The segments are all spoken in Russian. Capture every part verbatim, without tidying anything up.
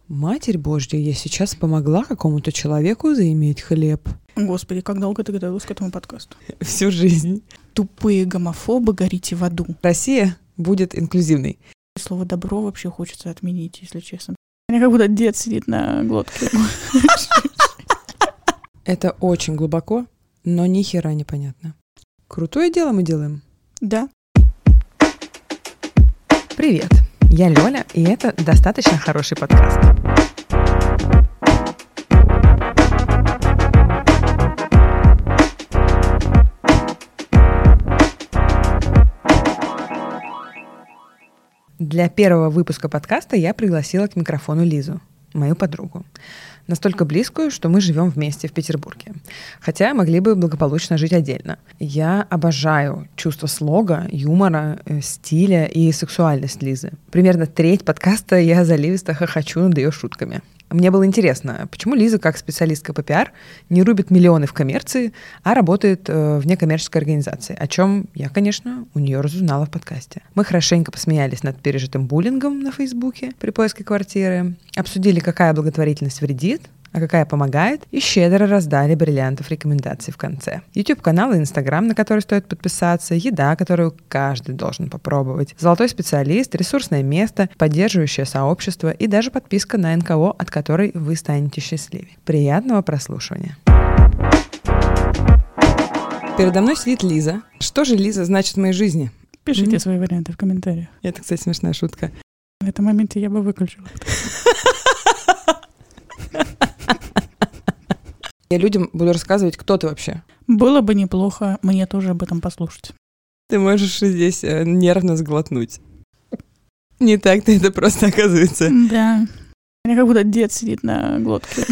Матерь Божья, я сейчас помогла какому-то человеку заиметь хлеб. Господи, как долго ты готовилась к этому подкасту? Всю жизнь. Тупые гомофобы, горите в аду. Россия будет инклюзивной. Слово «добро» вообще хочется отменить, если честно. Мне как будто дед сидит на глотке. Это очень глубоко, но ни хера непонятно. Крутое дело мы делаем. Да. Привет, я Лёля, и это достаточно хороший подкаст. Для первого выпуска подкаста я пригласила к микрофону Лизу, мою подругу. Настолько близкую, что мы живем вместе в Петербурге. Хотя могли бы благополучно жить отдельно. Я обожаю чувство слога, юмора, стиля и сексуальность Лизы. Примерно треть подкаста я заливисто хохочу над ее шутками. Мне было интересно, почему Лиза, как специалистка по пиар, не рубит миллионы в коммерции, а работает э, в некоммерческой организации, о чем я, конечно, у нее разузнала в подкасте. Мы хорошенько посмеялись над пережитым буллингом на Фейсбуке при поиске квартиры, обсудили, какая благотворительность вредит, а какая помогает, и щедро раздали бриллиантов рекомендаций в конце. YouTube-канал и Instagram, на который стоит подписаться, еда, которую каждый должен попробовать, золотой специалист, ресурсное место, поддерживающее сообщество и даже подписка на эн ка о, от которой вы станете счастливее. Приятного прослушивания. Передо мной сидит Лиза. Что же Лиза значит в моей жизни? Пишите Mm-hmm. свои варианты в комментариях. Это, кстати, смешная шутка. В этом моменте я бы выключила. Я людям буду рассказывать, кто ты вообще. Было бы неплохо мне тоже об этом послушать. Ты можешь здесь э, нервно сглотнуть. Не так-то это просто оказывается. Да. Мне как будто дед сидит на глотке.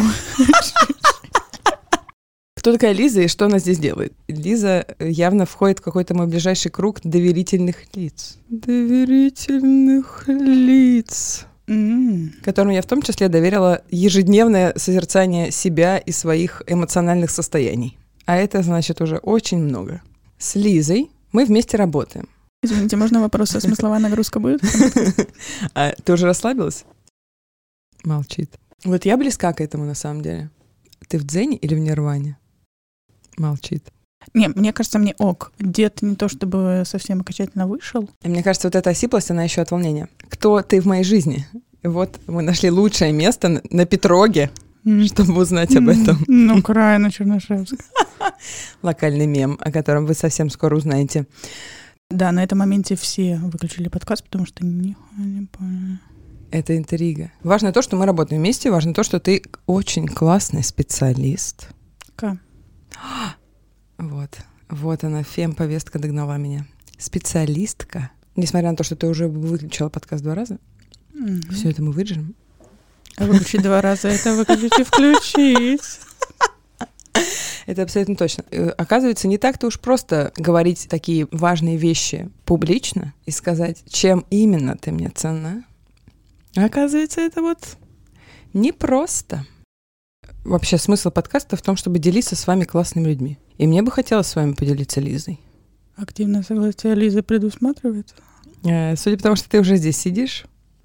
Кто такая Лиза и что она здесь делает? Лиза явно входит в какой-то мой ближайший круг доверительных лиц. Доверительных лиц. Mm. Которым я в том числе доверила ежедневное созерцание себя и своих эмоциональных состояний. А это значит уже очень много. С Лизой мы вместе работаем. Извините, можно вопрос, а смысловая нагрузка будет? А ты уже расслабилась? Молчит. Вот я близка к этому на самом деле. Ты в дзене или в нирване? Молчит. Не, мне кажется, мне ок. Дед не то чтобы совсем окончательно вышел. И мне кажется, вот эта осиплость, она еще от волнения. Кто ты в моей жизни? И вот мы нашли лучшее место на, на Петроге, mm. чтобы узнать об этом. Mm. Ну, край на Чернышевск. Локальный мем, о котором вы совсем скоро узнаете. Да, на этом моменте все выключили подкаст, потому что нихуя не поняли. Это интрига. Важно то, что мы работаем вместе, важно то, что ты очень классный специалист. К. Вот. Вот она, фем-повестка догнала меня. Специалистка. Несмотря на то, что ты уже выключила подкаст два раза, mm-hmm. все это мы вырежем. А выключить два раза, это выключить и включить. Это абсолютно точно. Оказывается, не так-то уж просто говорить такие важные вещи публично и сказать, чем именно ты мне ценна. Оказывается, это вот непросто. Вообще смысл подкаста в том, чтобы делиться с вами классными людьми. И мне бы хотелось с вами поделиться Лизой. Активное согласие Лизы предусматривается? Э, судя по тому, что ты уже здесь сидишь.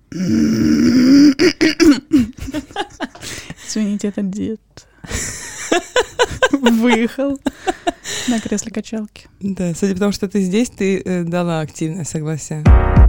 Извините, это дед. Выехал на кресле качалки. Да, судя по тому, что ты здесь, ты э, дала активное согласие.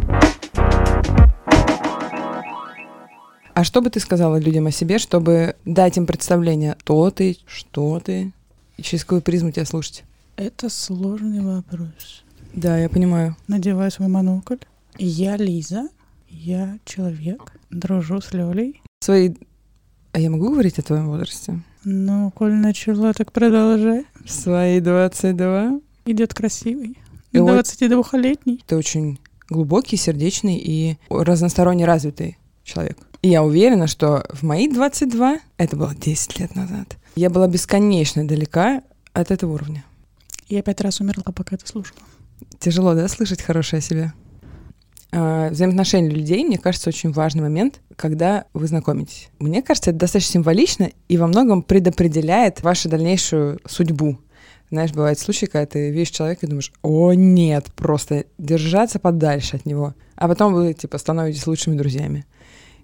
А что бы ты сказала людям о себе, чтобы дать им представление, кто ты, что ты, и через какую призму тебя слушать? Это сложный вопрос. Да, я понимаю. Надеваю свой монокль. Я Лиза, я человек, дружу с Лёлей. Свои... А я могу говорить о твоем возрасте? Ну, коль начала, так продолжай. Свои двадцать два. Идет красивый. И двадцатидвухлетний. Ты очень глубокий, сердечный и разносторонне развитый человек. И я уверена, что в мои двадцать два, это было десять лет назад, я была бесконечно далека от этого уровня. Я пять раз умерла, пока это слушала. Тяжело, да, слышать хорошее о себе? А, взаимоотношения людей, мне кажется, очень важный момент, когда вы знакомитесь. Мне кажется, это достаточно символично и во многом предопределяет вашу дальнейшую судьбу. Знаешь, бывают случаи, когда ты видишь человека и думаешь, о нет, просто держаться подальше от него. А потом вы, типа, становитесь лучшими друзьями.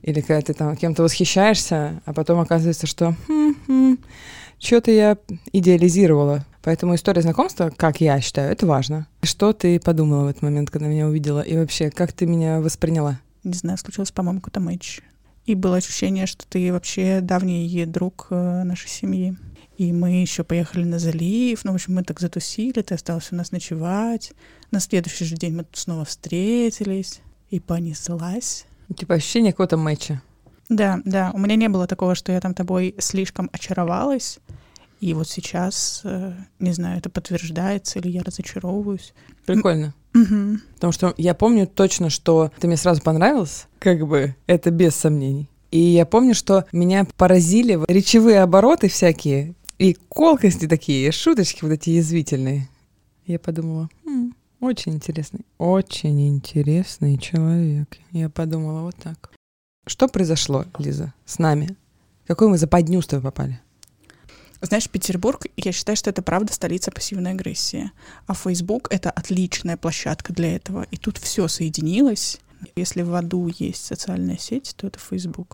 Или когда ты там кем-то восхищаешься, а потом оказывается, что хм-хм, что-то я идеализировала. Поэтому история знакомства, как я считаю, это важно. Что ты подумала в этот момент, когда меня увидела? И вообще, как ты меня восприняла? Не знаю, случилось, по-моему, какой-то матч. И было ощущение, что ты вообще давний друг нашей семьи. И мы еще поехали на залив. Ну, в общем, мы так затусили, ты осталась у нас ночевать. На следующий же день мы тут снова встретились. И понеслась. Типа ощущение какого-то матча. Да, да. У меня не было такого, что я там тобой слишком очаровалась. И вот сейчас, не знаю, это подтверждается или я разочаровываюсь. Прикольно. Угу. Потому что я помню точно, что ты мне сразу понравилась. Как бы это без сомнений. И я помню, что меня поразили речевые обороты всякие. И колкости такие, шуточки вот эти язвительные. Я подумала, хм, очень интересный, очень интересный человек. Я подумала вот так. Что произошло, Лиза, с нами? Какую мы западню с тобой попали? Знаешь, Петербург, я считаю, что это правда столица пассивной агрессии. А Facebook — это отличная площадка для этого. И тут все соединилось. Если в аду есть социальная сеть, то это Facebook.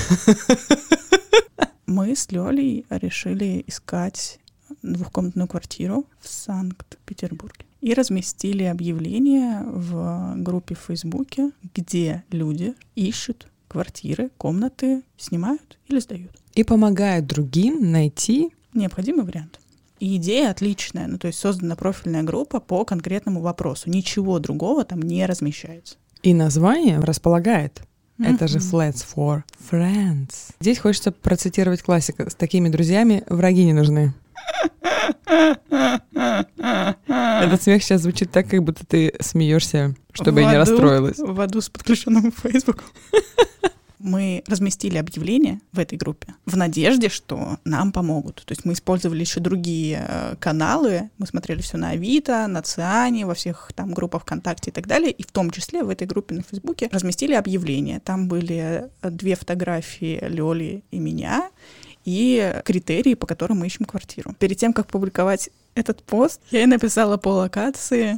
Мы с Лёлей решили искать двухкомнатную квартиру в Санкт-Петербурге. И разместили объявление в группе в Фейсбуке, где люди ищут квартиры, комнаты, снимают или сдают. И помогают другим найти необходимый вариант. И идея отличная. Ну, то есть создана профильная группа по конкретному вопросу. Ничего другого там не размещается. И название располагает. Mm-hmm. Это же Flats for Friends. Здесь хочется процитировать классика. С такими друзьями враги не нужны. Этот смех сейчас звучит так, как будто ты смеешься, чтобы я не расстроилась. В аду с подключенным Фейсбуком. Мы разместили объявление в этой группе в надежде, что нам помогут. То есть мы использовали еще другие э, каналы, мы смотрели все на Авито, на Циане, во всех там группах ВКонтакте и так далее, и в том числе в этой группе на Фейсбуке разместили объявление. Там были две фотографии Лёли и меня, и критерии, по которым мы ищем квартиру. Перед тем, как публиковать этот пост, я ей написала по локации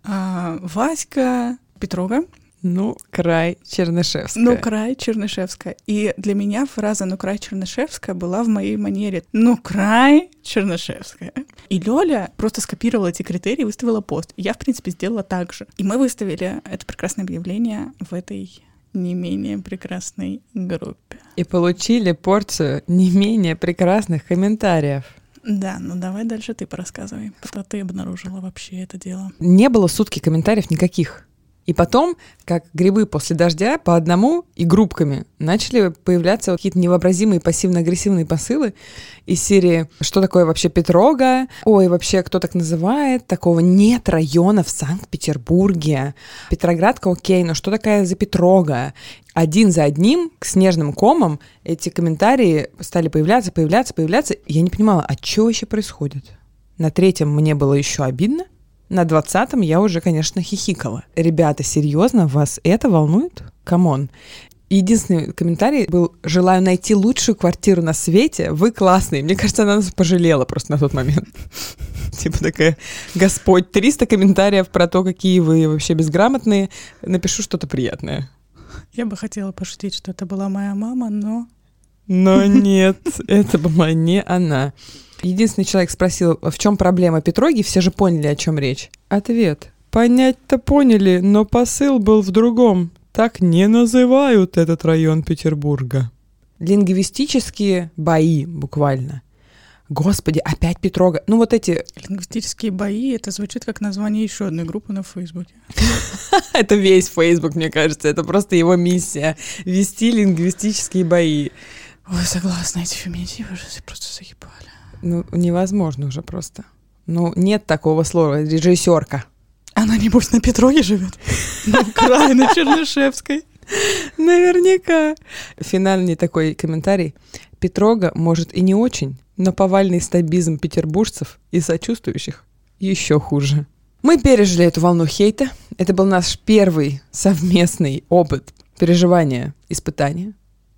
э, Васька Петрога. Ну, край Чернышевская. Ну, край Чернышевская. И для меня фраза «ну, край Чернышевская» была в моей манере «ну, край Чернышевская». И Лёля просто скопировала эти критерии и выставила пост. И я, в принципе, сделала так же. И мы выставили это прекрасное объявление в этой не менее прекрасной группе. И получили порцию не менее прекрасных комментариев. Да, ну давай дальше ты порассказывай. Что ты обнаружила вообще это дело? Не было сутки комментариев никаких. И потом, как грибы после дождя, по одному и группками начали появляться какие-то невообразимые пассивно-агрессивные посылы из серии «Что такое вообще Петрога?» «Ой, вообще, кто так называет? Такого нет района в Санкт-Петербурге. Петроградка окей, но что такая за Петрога?» Один за одним, к снежным комам, эти комментарии стали появляться, появляться, появляться. И я не понимала, а что вообще происходит? На третьем мне было еще обидно. На двадцатом я уже, конечно, хихикала. Ребята, серьезно, вас это волнует? Камон. Единственный комментарий был: желаю найти лучшую квартиру на свете, вы классные. Мне кажется, она нас пожалела просто на тот момент. Типа такая: Господь, триста комментариев про то, какие вы вообще безграмотные. Напишу что-то приятное. Я бы хотела пошутить, что это была моя мама, но... Но нет, это была не она. Единственный человек спросил, в чем проблема Петроги, все же поняли, о чем речь. Ответ: понять-то поняли, но посыл был в другом. Так не называют этот район Петербурга. Лингвистические бои, буквально. Господи, опять Петрога. Ну вот эти... Лингвистические бои, это звучит как название еще одной группы на Фейсбуке. Это весь Фейсбук, мне кажется. Это просто его миссия. Вести лингвистические бои. Ой, согласна, эти феминитивы уже просто заебали. Ну, невозможно уже просто. Ну, нет такого слова. Режиссерка. Она, небось, на Петроге живет? На крае, на Чернышевской. Наверняка. Финальный такой комментарий. Петрога, может, и не очень, но повальный снобизм петербуржцев и сочувствующих еще хуже. Мы пережили эту волну хейта. Это был наш первый совместный опыт переживания испытания.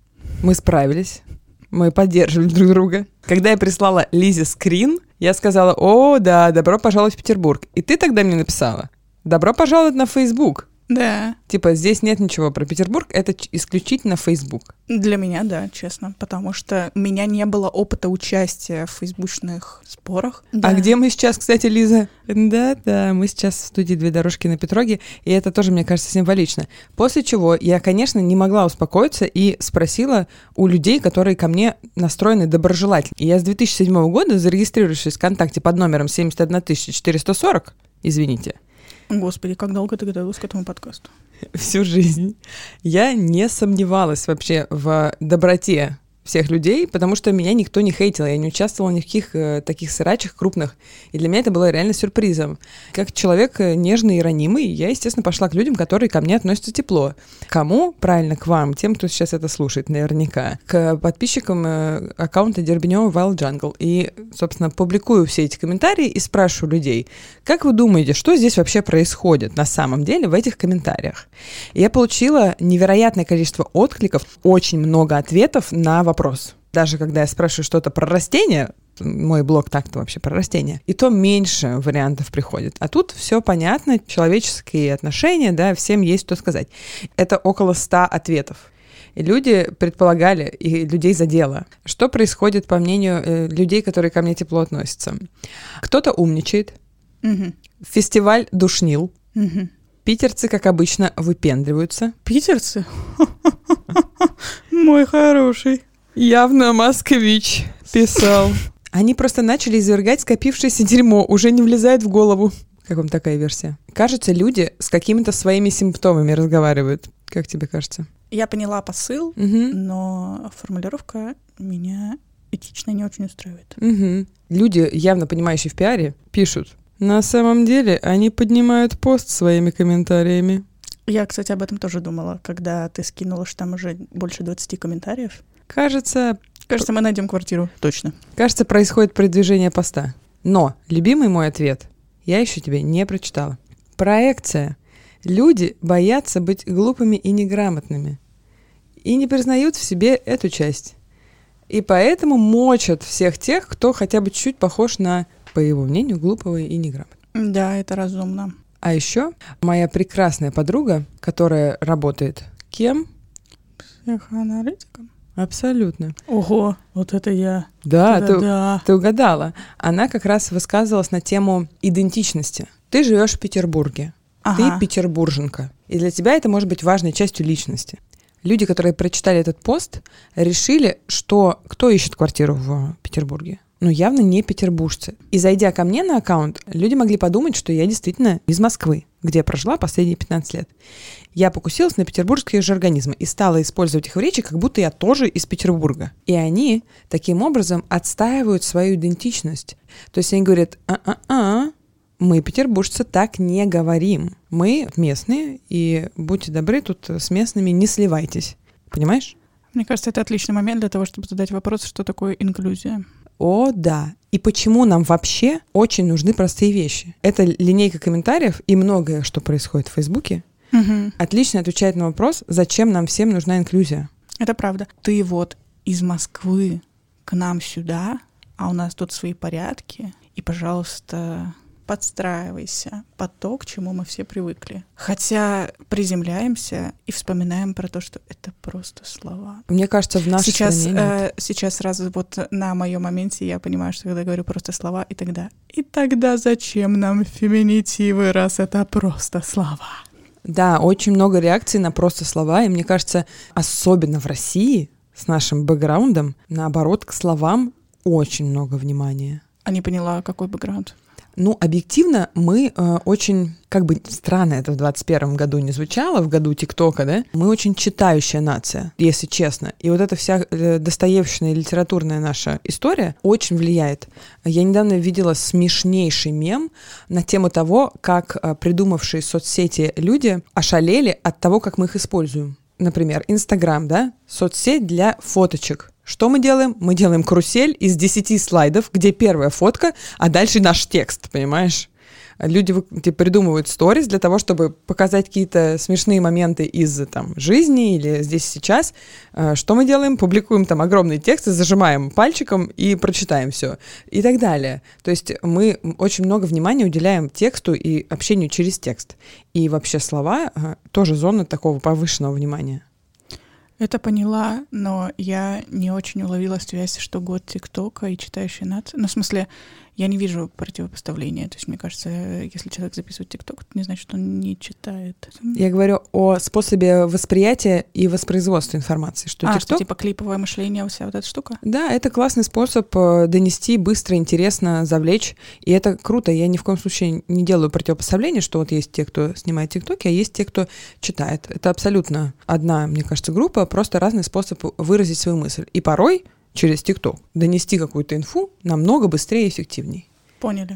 Мы справились. Мы поддерживали друг друга. Когда я прислала Лизе скрин, я сказала: о, да, добро пожаловать в Петербург. И ты тогда мне написала: добро пожаловать на Facebook. Да. Типа здесь нет ничего про Петербург, это исключительно Facebook. Для меня, да, честно, потому что у меня не было опыта участия в фейсбучных спорах. Да. А где мы сейчас, кстати, Лиза? Да-да, мы сейчас в студии «Две дорожки на Петроге», и это тоже, мне кажется, символично. После чего я, конечно, не могла успокоиться и спросила у людей, которые ко мне настроены доброжелательно. И я с две тысячи седьмого года, зарегистрировавшись ВКонтакте под номером семьдесят одна тысяча четыреста сорок, извините. Господи, как долго ты готовилась к этому подкасту? Всю жизнь. Я не сомневалась вообще в доброте всех людей, потому что меня никто не хейтил, я не участвовала ни в каких э, таких срачах крупных, и для меня это было реально сюрпризом. Как человек нежный и ранимый, я, естественно, пошла к людям, которые ко мне относятся тепло. Кому? Правильно, к вам, тем, кто сейчас это слушает, наверняка. К подписчикам э, аккаунта Дербенева Wild Jungle. И, собственно, публикую все эти комментарии и спрашиваю людей, как вы думаете, что здесь вообще происходит на самом деле в этих комментариях? И я получила невероятное количество откликов, очень много ответов на вопросы. Вопрос. Даже когда я спрашиваю что-то про растения, мой блог так-то вообще про растения, и то меньше вариантов приходит. А тут все понятно, человеческие отношения, да, всем есть что сказать. Это около ста ответов. И люди предполагали, и людей задело, что происходит, по мнению э, людей, которые ко мне тепло относятся. Кто-то умничает, угу. Фестиваль душнил, угу. Питерцы, как обычно, выпендриваются. Питерцы? Мой хороший. Явно москвич писал. Они просто начали извергать скопившееся дерьмо, уже не влезает в голову. Как вам такая версия? Кажется, люди с какими-то своими симптомами разговаривают. Как тебе кажется? Я поняла посыл, угу. но формулировка меня этично не очень устраивает. Угу. Люди, явно понимающие в пиаре, пишут. На самом деле они поднимают пост своими комментариями. Я, кстати, об этом тоже думала, когда ты скинула, что там уже больше двадцати комментариев. Кажется... Кажется, мы найдем квартиру. Точно. Кажется, происходит продвижение поста. Но любимый мой ответ я еще тебе не прочитала. Проекция. Люди боятся быть глупыми и неграмотными. И не признают в себе эту часть. И поэтому мочат всех тех, кто хотя бы чуть-чуть похож на, по его мнению, глупого и неграмотного. Да, это разумно. А еще моя прекрасная подруга, которая работает кем? Психоаналитиком. Абсолютно. Ого, вот это я. Да, это ты, да. ты угадала. Она как раз высказывалась на тему идентичности. Ты живешь в Петербурге. Ага. Ты петербурженка. И для тебя это может быть важной частью личности. Люди, которые прочитали этот пост, решили, что кто ищет квартиру в Петербурге? Ну, явно не петербуржцы. И зайдя ко мне на аккаунт, люди могли подумать, что я действительно из Москвы, где я прожила последние пятнадцать лет. Я покусилась на петербургские жаргонизмы и стала использовать их в речи, как будто я тоже из Петербурга. И они таким образом отстаивают свою идентичность. То есть они говорят, а-а-а, мы, петербуржцы, так не говорим. Мы местные, и будьте добры, тут с местными не сливайтесь. Понимаешь? Мне кажется, это отличный момент для того, чтобы задать вопрос, что такое инклюзия. О, да. И почему нам вообще очень нужны простые вещи? Это линейка комментариев и многое, что происходит в Фейсбуке, угу. отлично отвечает на вопрос, зачем нам всем нужна инклюзия. Это правда. Ты вот из Москвы к нам сюда, а у нас тут свои порядки, и, пожалуйста, подстраивайся под то, к чему мы все привыкли. Хотя приземляемся и вспоминаем про то, что это просто слова. Мне кажется, в нашей сейчас, стране э, сейчас сразу вот на моем моменте я понимаю, что когда говорю просто слова, и тогда... И тогда зачем нам феминитивы, раз это просто слова? Да, очень много реакций на просто слова, и мне кажется, особенно в России, с нашим бэкграундом, наоборот, к словам очень много внимания. А не поняла, какой бэкграунд? Ну, объективно, мы э, очень, как бы странно это в двадцать первом году не звучало, в году ТикТока, да, мы очень читающая нация, если честно. И вот эта вся э, достоевщина и литературная наша история очень влияет. Я недавно видела смешнейший мем на тему того, как э, придумавшие соцсети люди ошалели от того, как мы их используем. Например, Инстаграм, да, соцсеть для фоточек. Что мы делаем? Мы делаем карусель из десяти слайдов, где первая фотка, а дальше наш текст, понимаешь? Люди типа, придумывают сторис для того, чтобы показать какие-то смешные моменты из там, жизни или здесь сейчас. Что мы делаем? Публикуем там огромные тексты, зажимаем пальчиком и прочитаем все и так далее. То есть мы очень много внимания уделяем тексту и общению через текст. И вообще слова тоже зона такого повышенного внимания. Это поняла, но я не очень уловила связь, что год ТикТока и читающая нация. Ну, в смысле, я не вижу противопоставления. То есть, мне кажется, если человек записывает ТикТок, это не значит, что он не читает. Я говорю о способе восприятия и воспроизводства информации. Что а, TikTok... что типа клиповое мышление, вся вот эта штука? Да, это классный способ донести быстро, интересно, завлечь. И это круто. Я ни в коем случае не делаю противопоставления, что вот есть те, кто снимает ТикТоки, а есть те, кто читает. Это абсолютно одна, мне кажется, группа, просто разный способ выразить свою мысль. И порой через ТикТок донести какую-то инфу намного быстрее и эффективнее. Поняли.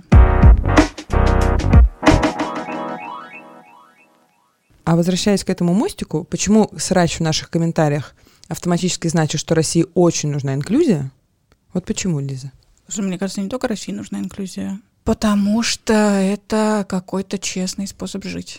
А возвращаясь к этому мостику, почему срач в наших комментариях автоматически значит, что России очень нужна инклюзия? Вот почему, Лиза? Слушай, мне кажется, не только России нужна инклюзия. Потому что это какой-то честный способ жить.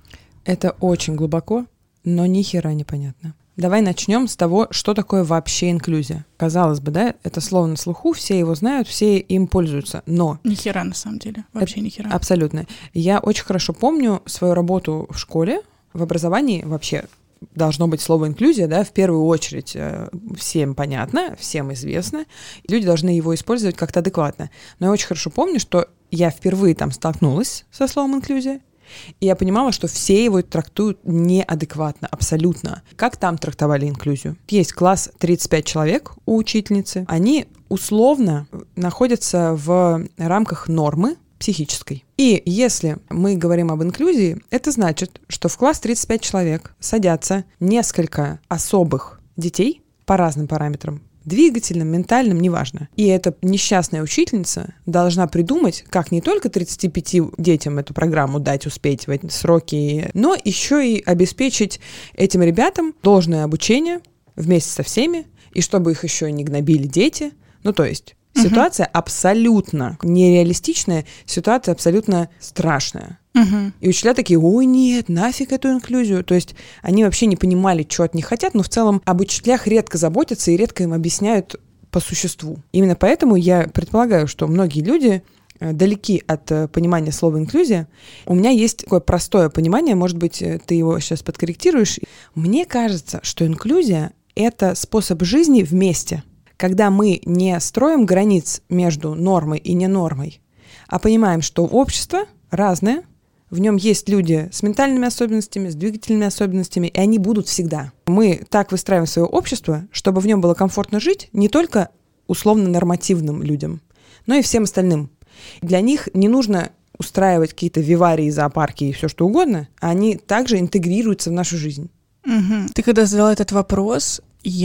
Это очень глубоко, но ни хера непонятно. Давай начнем с того, что такое вообще инклюзия. Казалось бы, да, это слово на слуху, все его знают, все им пользуются, но... Ни хера, на самом деле, вообще это, ни хера. Абсолютно. Я очень хорошо помню свою работу в школе, в образовании вообще должно быть слово инклюзия, да, в первую очередь всем понятно, всем известно, и люди должны его использовать как-то адекватно. Но я очень хорошо помню, что я впервые там столкнулась со словом инклюзия, и я понимала, что все его трактуют неадекватно, абсолютно. Как там трактовали инклюзию? Есть класс тридцать пять человек у учительницы. Они условно находятся в рамках нормы психической. И если мы говорим об инклюзии, это значит, что в класс тридцать пять человек садятся несколько особых детей по разным параметрам. Двигательным, ментальным, неважно. И эта несчастная учительница должна придумать, как не только тридцати пяти детям эту программу дать успеть в эти сроки, но еще и обеспечить этим ребятам должное обучение вместе со всеми, и чтобы их еще не гнобили дети. Ну, то есть ситуация uh-huh. абсолютно нереалистичная, ситуация абсолютно страшная. Uh-huh. И учителя такие: ой, нет, нафиг эту инклюзию. То есть они вообще не понимали, что от них хотят, но в целом об учителях редко заботятся и редко им объясняют по существу. Именно поэтому я предполагаю, что многие люди далеки от понимания слова инклюзия. У меня есть такое простое понимание, может быть, ты его сейчас подкорректируешь. Мне кажется, что инклюзия — это способ жизни вместе, когда мы не строим границ между нормой и ненормой, а понимаем, что общество разное, в нем есть люди с ментальными особенностями, с двигательными особенностями, и они будут всегда. Мы так выстраиваем свое общество, чтобы в нем было комфортно жить не только условно-нормативным людям, но и всем остальным. Для них не нужно устраивать какие-то виварии, зоопарки и все что угодно, а они также интегрируются в нашу жизнь. Угу. Ты когда задала этот вопрос,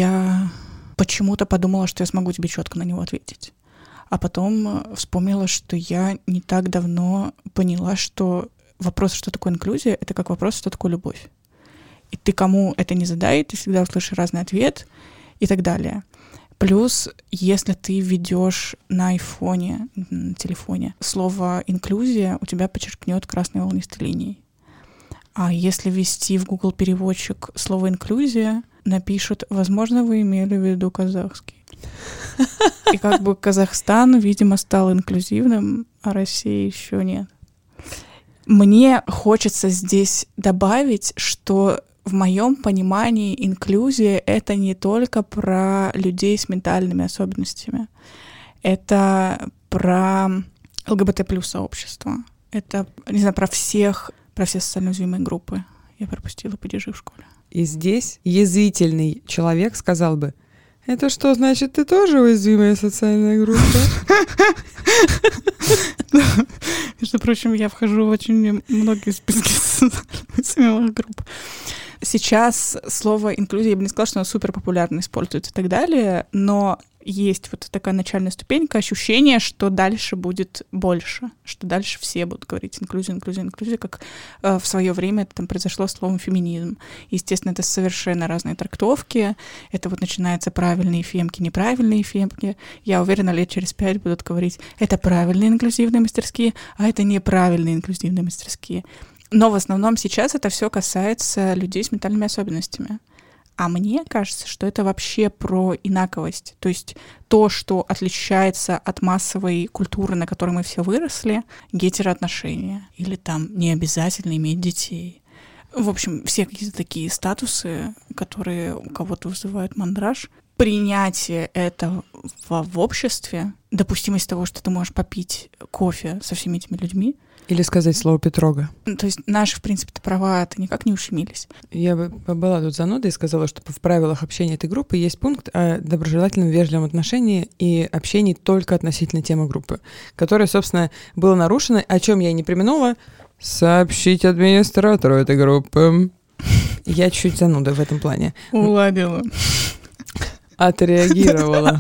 я почему-то подумала, что я смогу тебе четко на него ответить. А потом вспомнила, что я не так давно поняла, что вопрос, что такое инклюзия, это как вопрос, что такое любовь. И ты кому это не задай, ты всегда услышишь разный ответ и так далее. Плюс, если ты ведешь на айфоне, на телефоне, слово «инклюзия», у тебя подчеркнет красной волнистой линией. А если ввести в Google переводчик слово «инклюзия», напишут: возможно, вы имели в виду казахский. И как бы Казахстан, видимо, стал инклюзивным, а Россия еще нет. Мне хочется здесь добавить, что в моем понимании инклюзия — это не только про людей с ментальными особенностями. Это про ЛГБТ плюс сообщество. Это, не знаю, про всех, про все социально уязвимые группы. Я пропустила падежи в школе. И здесь язвительный человек сказал бы: это что, значит, ты тоже уязвимая социальная группа? Между прочим, я вхожу в очень многие списки социальных групп. Сейчас слово «инклюзия», я бы не сказала, что оно супер популярно используется и так далее, но есть вот такая начальная ступенька, ощущение, что дальше будет больше, что дальше все будут говорить инклюзия, инклюзия, инклюзия, как э, в свое время это там произошло словом феминизм. Естественно, это совершенно разные трактовки. Это вот начинается правильные фемки, неправильные фемки. Я уверена, лет через пять будут говорить, это правильные инклюзивные мастерские, а это неправильные инклюзивные мастерские. Но в основном сейчас это все касается людей с ментальными особенностями. А мне кажется, что это вообще про инаковость. То есть то, что отличается от массовой культуры, на которой мы все выросли, гетероотношения. Или там не обязательно иметь детей. В общем, все какие-то такие статусы, которые у кого-то вызывают мандраж. Принятие этого в обществе, допустимость того, что ты можешь попить кофе со всеми этими людьми. Или сказать слово «Петрога». То есть наши, в принципе, права-то никак не ущемились. Я бы была тут занудой и сказала, что в правилах общения этой группы есть пункт о доброжелательном, вежливом отношении и общении только относительно темы группы, которое, собственно, было нарушено, о чем я не преминула сообщить администратору этой группы. Я чуть зануда в этом плане. Уладила. Отреагировала.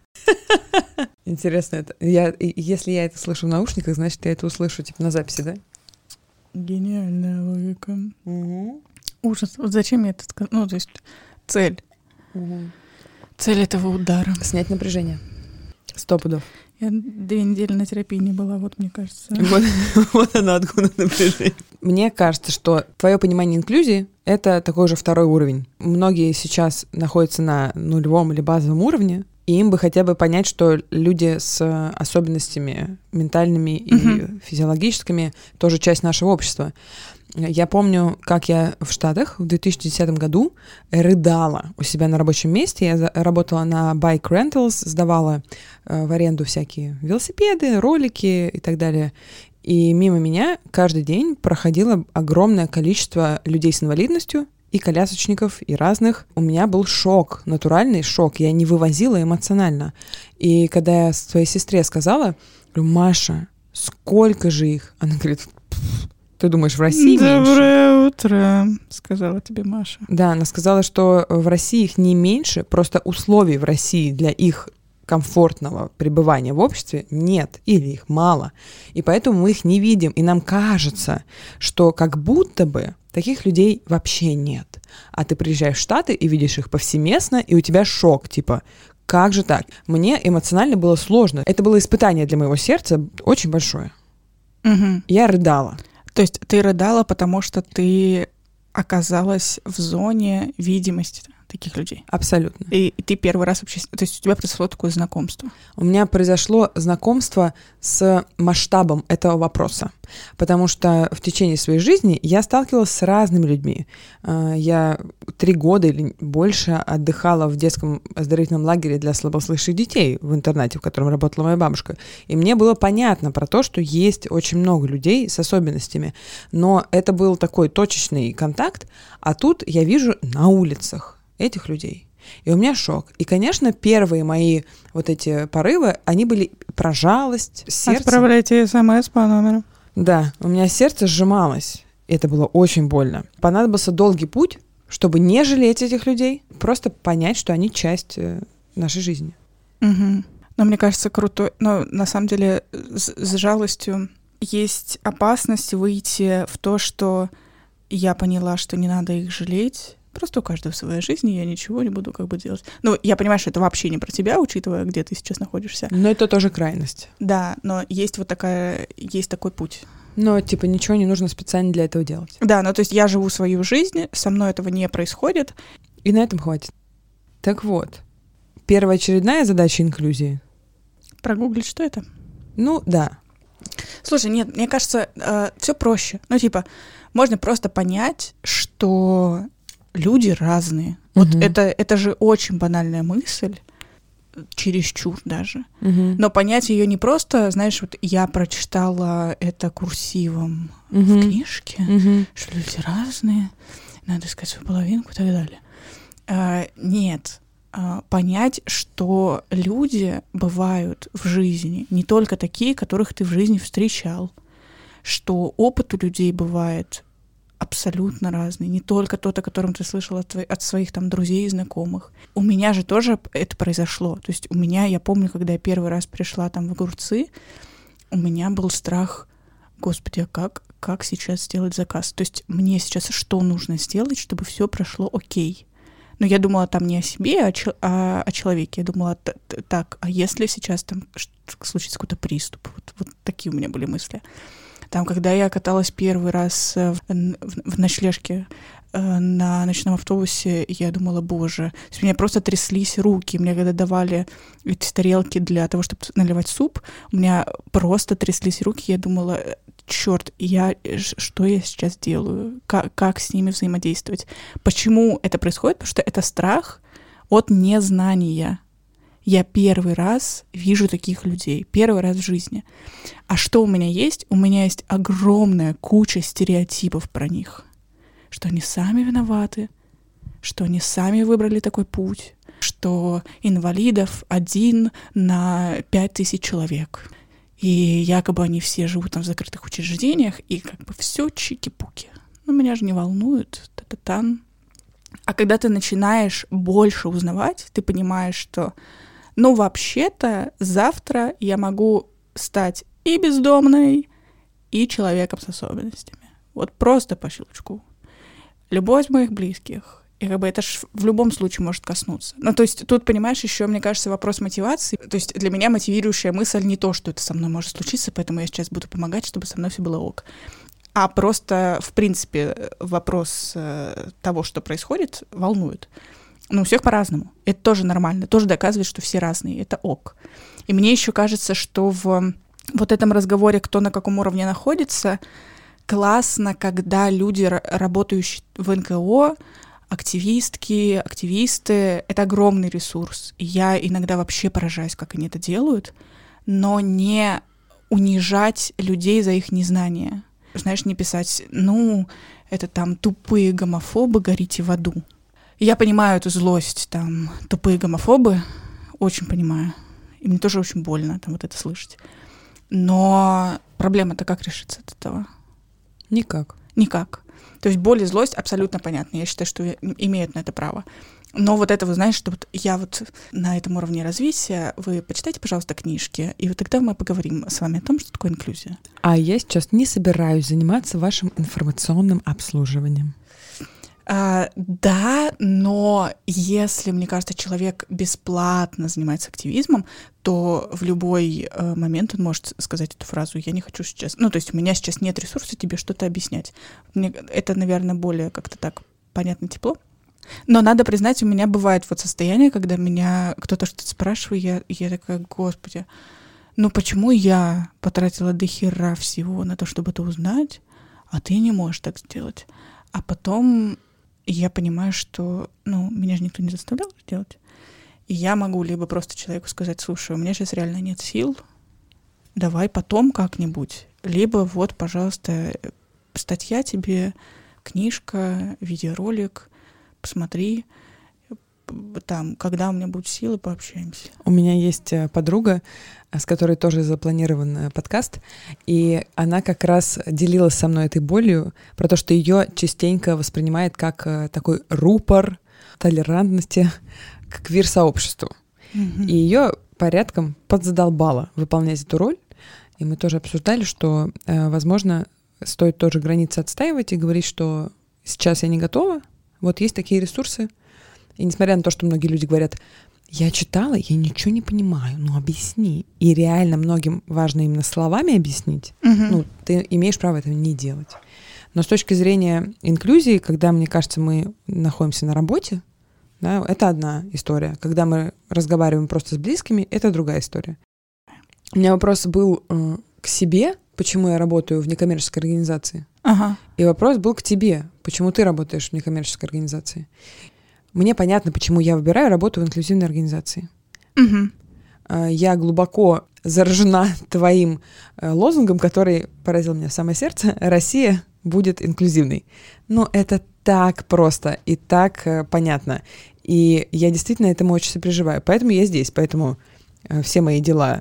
Интересно, это я, если я это слышу в наушниках, значит, я это услышу типа на записи, да? Гениальная логика. Угу. Ужас. Вот зачем я это сказала? Ну, то есть цель. Угу. Цель этого удара. Снять напряжение. Сто пудов. Я две недели на терапии не была, вот мне кажется. Вот, вот оно откуда напряжение. Мне кажется, что твое понимание инклюзии — это такой же второй уровень. Многие сейчас находятся на нулевом или базовом уровне, и им бы хотя бы понять, что люди с особенностями ментальными и mm-hmm. физиологическими тоже часть нашего общества. Я помню, как я в Штатах в две тысячи десятом году рыдала у себя на рабочем месте. Я работала на Bike Rentals, сдавала в аренду всякие велосипеды, ролики и так далее. И мимо меня каждый день проходило огромное количество людей с инвалидностью, и колясочников, и разных. У меня был шок, натуральный шок. Я не вывозила эмоционально. И когда я своей сестре сказала, говорю, Маша, сколько же их? Она говорит, ты думаешь, в России меньше? Доброе утро, сказала тебе Маша. Да, она сказала, что в России их не меньше, просто условий в России для их комфортного пребывания в обществе нет, или их мало. И поэтому мы их не видим. И нам кажется, что как будто бы таких людей вообще нет. А ты приезжаешь в Штаты и видишь их повсеместно, и у тебя шок, типа, как же так? Мне эмоционально было сложно. Это было испытание для моего сердца очень большое. Угу. Я рыдала. То есть ты рыдала, потому что ты оказалась в зоне видимости таких людей? Абсолютно. И, и ты первый раз вообще... То есть у тебя произошло такое знакомство? У меня произошло знакомство с масштабом этого вопроса, потому что в течение своей жизни я сталкивалась с разными людьми. Я три года или больше отдыхала в детском оздоровительном лагере для слабослышащих детей в интернате, в котором работала моя бабушка. И мне было понятно про то, что есть очень много людей с особенностями. Но это был такой точечный контакт, а тут я вижу на улицах этих людей. И у меня шок. И, конечно, первые мои вот эти порывы, они были про жалость, сердце. Отправляйте смс по номеру. Да, у меня сердце сжималось. И это было очень больно. Понадобился долгий путь, чтобы не жалеть этих людей, просто понять, что они часть нашей жизни. Угу. Но мне кажется, круто. Но на самом деле с, с жалостью есть опасность выйти в то, что я поняла, что не надо их жалеть. Просто у каждого своя жизнь, и я ничего не буду как бы делать. Ну, я понимаю, что это вообще не про тебя, учитывая, где ты сейчас находишься. Но это тоже крайность. Да, но есть вот такая, есть такой путь. Но, типа, ничего не нужно специально для этого делать. Да, ну, то есть я живу свою жизнь, со мной этого не происходит. И на этом хватит. Так вот, первоочередная задача инклюзии. Прогуглить, что это? Ну, да. Слушай, нет, мне кажется, э, все проще. Ну, типа, можно просто понять, что люди разные. Вот Угу. это, это же очень банальная мысль, чересчур даже. Угу. Но понять ее не просто, знаешь, вот я прочитала это курсивом угу. в книжке, угу. что люди разные, надо искать свою половинку и так далее. А, нет. А, понять, что люди бывают в жизни не только такие, которых ты в жизни встречал, что опыт у людей бывает абсолютно разные. Не только тот, о котором ты слышал от, твоих, от своих там друзей и знакомых. У меня же тоже это произошло. То есть у меня, я помню, когда я первый раз пришла там в огурцы, у меня был страх, господи, а как, как сейчас сделать заказ? То есть мне сейчас что нужно сделать, чтобы все прошло окей? Но я думала там не о себе, а, ч- а о человеке. Я думала, так, а если сейчас там случится какой-то приступ? Вот, вот такие у меня были мысли. Там, когда я каталась первый раз в, в, в ночлежке э, на ночном автобусе, я думала, боже, у меня просто тряслись руки. Мне когда давали эти тарелки для того, чтобы наливать суп, у меня просто тряслись руки. Я думала, черт, я, что я сейчас делаю? Как, как с ними взаимодействовать? Почему это происходит? Потому что это страх от незнания. Я первый раз вижу таких людей, первый раз в жизни. А что у меня есть? У меня есть огромная куча стереотипов про них. Что они сами виноваты, что они сами выбрали такой путь, что инвалидов один на пять тысяч человек. И якобы они все живут там в закрытых учреждениях, и как бы все чики-пуки. Но меня же не волнует. Та-та-тан. А когда ты начинаешь больше узнавать, ты понимаешь, что ну, вообще-то, завтра я могу стать и бездомной, и человеком с особенностями. Вот просто по щелчку. Любовь моих близких. И как бы это ж в любом случае может коснуться. Ну, то есть тут, понимаешь, еще, мне кажется, вопрос мотивации. То есть для меня мотивирующая мысль не то, что это со мной может случиться, поэтому я сейчас буду помогать, чтобы со мной все было ок. А просто, в принципе, вопрос того, что происходит, волнует. Ну, у всех по-разному. Это тоже нормально. Тоже доказывает, что все разные. Это ок. И мне еще кажется, что в вот этом разговоре, кто на каком уровне находится, классно, когда люди, работающие в эн ка о, активистки, активисты, это огромный ресурс. И я иногда вообще поражаюсь, как они это делают, но не унижать людей за их незнание. Знаешь, не писать, ну, это там тупые гомофобы, горите в аду. Я понимаю эту злость, там, тупые гомофобы, очень понимаю. И мне тоже очень больно там вот это слышать. Но проблема-то как решится от этого? Никак. Никак. То есть боль и злость абсолютно понятны. Я считаю, что имеют на это право. Но вот это, вы знаете, что вот я вот на этом уровне развития, вы почитайте, пожалуйста, книжки, и вот тогда мы поговорим с вами о том, что такое инклюзия. А я сейчас не собираюсь заниматься вашим информационным обслуживанием. А, да, но если, мне кажется, человек бесплатно занимается активизмом, то в любой э, момент он может сказать эту фразу «я не хочу сейчас», ну, то есть у меня сейчас нет ресурса тебе что-то объяснять. Мне это, наверное, более как-то так понятно, тепло. Но надо признать, у меня бывает вот состояние, когда меня кто-то что-то спрашивает, я, я такая, господи, ну почему я потратила до хера всего на то, чтобы это узнать, а ты не можешь так сделать? А потом я понимаю, что, ну, меня же никто не заставлял делать. И я могу либо просто человеку сказать, слушай, у меня сейчас реально нет сил, давай потом как-нибудь. Либо вот, пожалуйста, статья тебе, книжка, видеоролик, посмотри, там, когда у меня будут силы, пообщаемся. У меня есть подруга, с которой тоже запланирован подкаст, и она как раз делилась со мной этой болью про то, что ее частенько воспринимает как такой рупор толерантности к квир-сообществу. Mm-hmm. И ее порядком подзадолбало выполнять эту роль, и мы тоже обсуждали, что, возможно, стоит тоже границы отстаивать и говорить, что сейчас я не готова, вот есть такие ресурсы. И несмотря на то, что многие люди говорят, я читала, я ничего не понимаю, ну объясни. И реально многим важно именно словами объяснить. Uh-huh. Ну, ты имеешь право этого не делать. Но с точки зрения инклюзии, когда, мне кажется, мы находимся на работе, да, это одна история. Когда мы разговариваем просто с близкими, это другая история. У меня вопрос был э, к себе, почему я работаю в некоммерческой организации. Uh-huh. И вопрос был к тебе, почему ты работаешь в некоммерческой организации. Мне понятно, почему я выбираю работу в инклюзивной организации. Uh-huh. Я глубоко заражена твоим лозунгом, который поразил меня в самое сердце. Россия будет инклюзивной. Ну, это так просто и так понятно. И я действительно этому очень сопереживаю. Поэтому я здесь. Поэтому все мои дела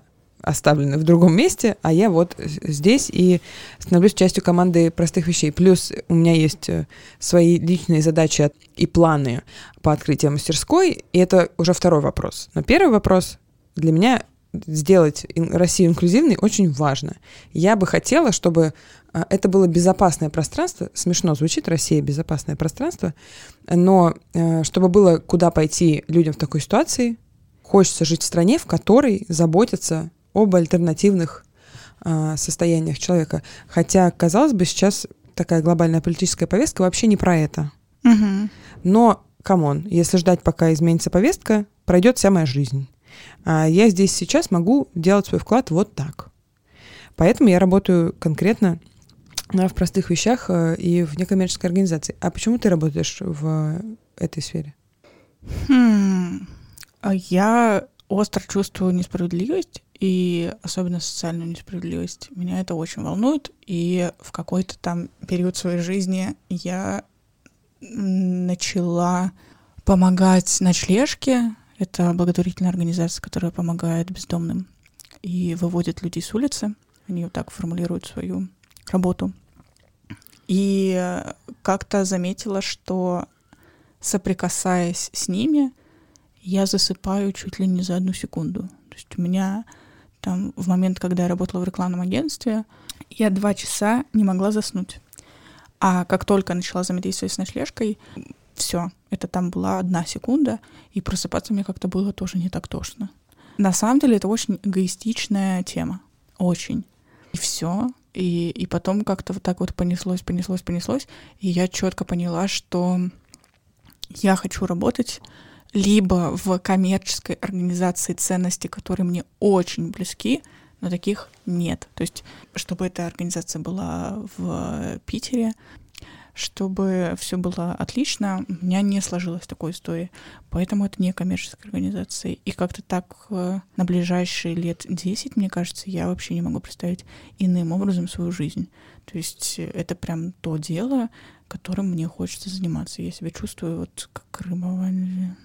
оставлены в другом месте, а я вот здесь и становлюсь частью команды простых вещей. Плюс у меня есть свои личные задачи и планы по открытию мастерской, и это уже второй вопрос. Но первый вопрос для меня сделать Россию инклюзивной очень важно. Я бы хотела, чтобы это было безопасное пространство. Смешно звучит, Россия — безопасное пространство, но чтобы было куда пойти людям в такой ситуации. Хочется жить в стране, в которой заботятся об альтернативных э, состояниях человека. Хотя, казалось бы, сейчас такая глобальная политическая повестка вообще не про это. Угу. Но, камон, если ждать, пока изменится повестка, пройдет вся моя жизнь. А я здесь сейчас могу делать свой вклад вот так. Поэтому я работаю конкретно в простых вещах э, и в некоммерческой организации. А почему ты работаешь в этой сфере? Хм... Я остро чувствую несправедливость, и особенно социальную несправедливость. Меня это очень волнует, и в какой-то там период своей жизни я начала помогать ночлежке. Это благотворительная организация, которая помогает бездомным и выводит людей с улицы. Они вот так формулируют свою работу. И как-то заметила, что, соприкасаясь с ними, я засыпаю чуть ли не за одну секунду. То есть у меня там в момент, когда я работала в рекламном агентстве, я два часа не могла заснуть. А как только начала взаимодействовать с ночлежкой, все, это там была одна секунда, и просыпаться мне как-то было тоже не так тошно. На самом деле это очень эгоистичная тема. Очень. И все. И, и потом как-то вот так вот понеслось, понеслось, понеслось, и я четко поняла, что я хочу работать либо в коммерческой организации ценностей, которые мне очень близки, но таких нет. То есть, чтобы эта организация была в Питере, чтобы все было отлично, у меня не сложилась такой истории. Поэтому это не коммерческая организация. И как-то так на ближайшие лет десять, мне кажется, я вообще не могу представить иным образом свою жизнь. То есть это прям то дело, которым мне хочется заниматься. Я себя чувствую вот как рыба в воде.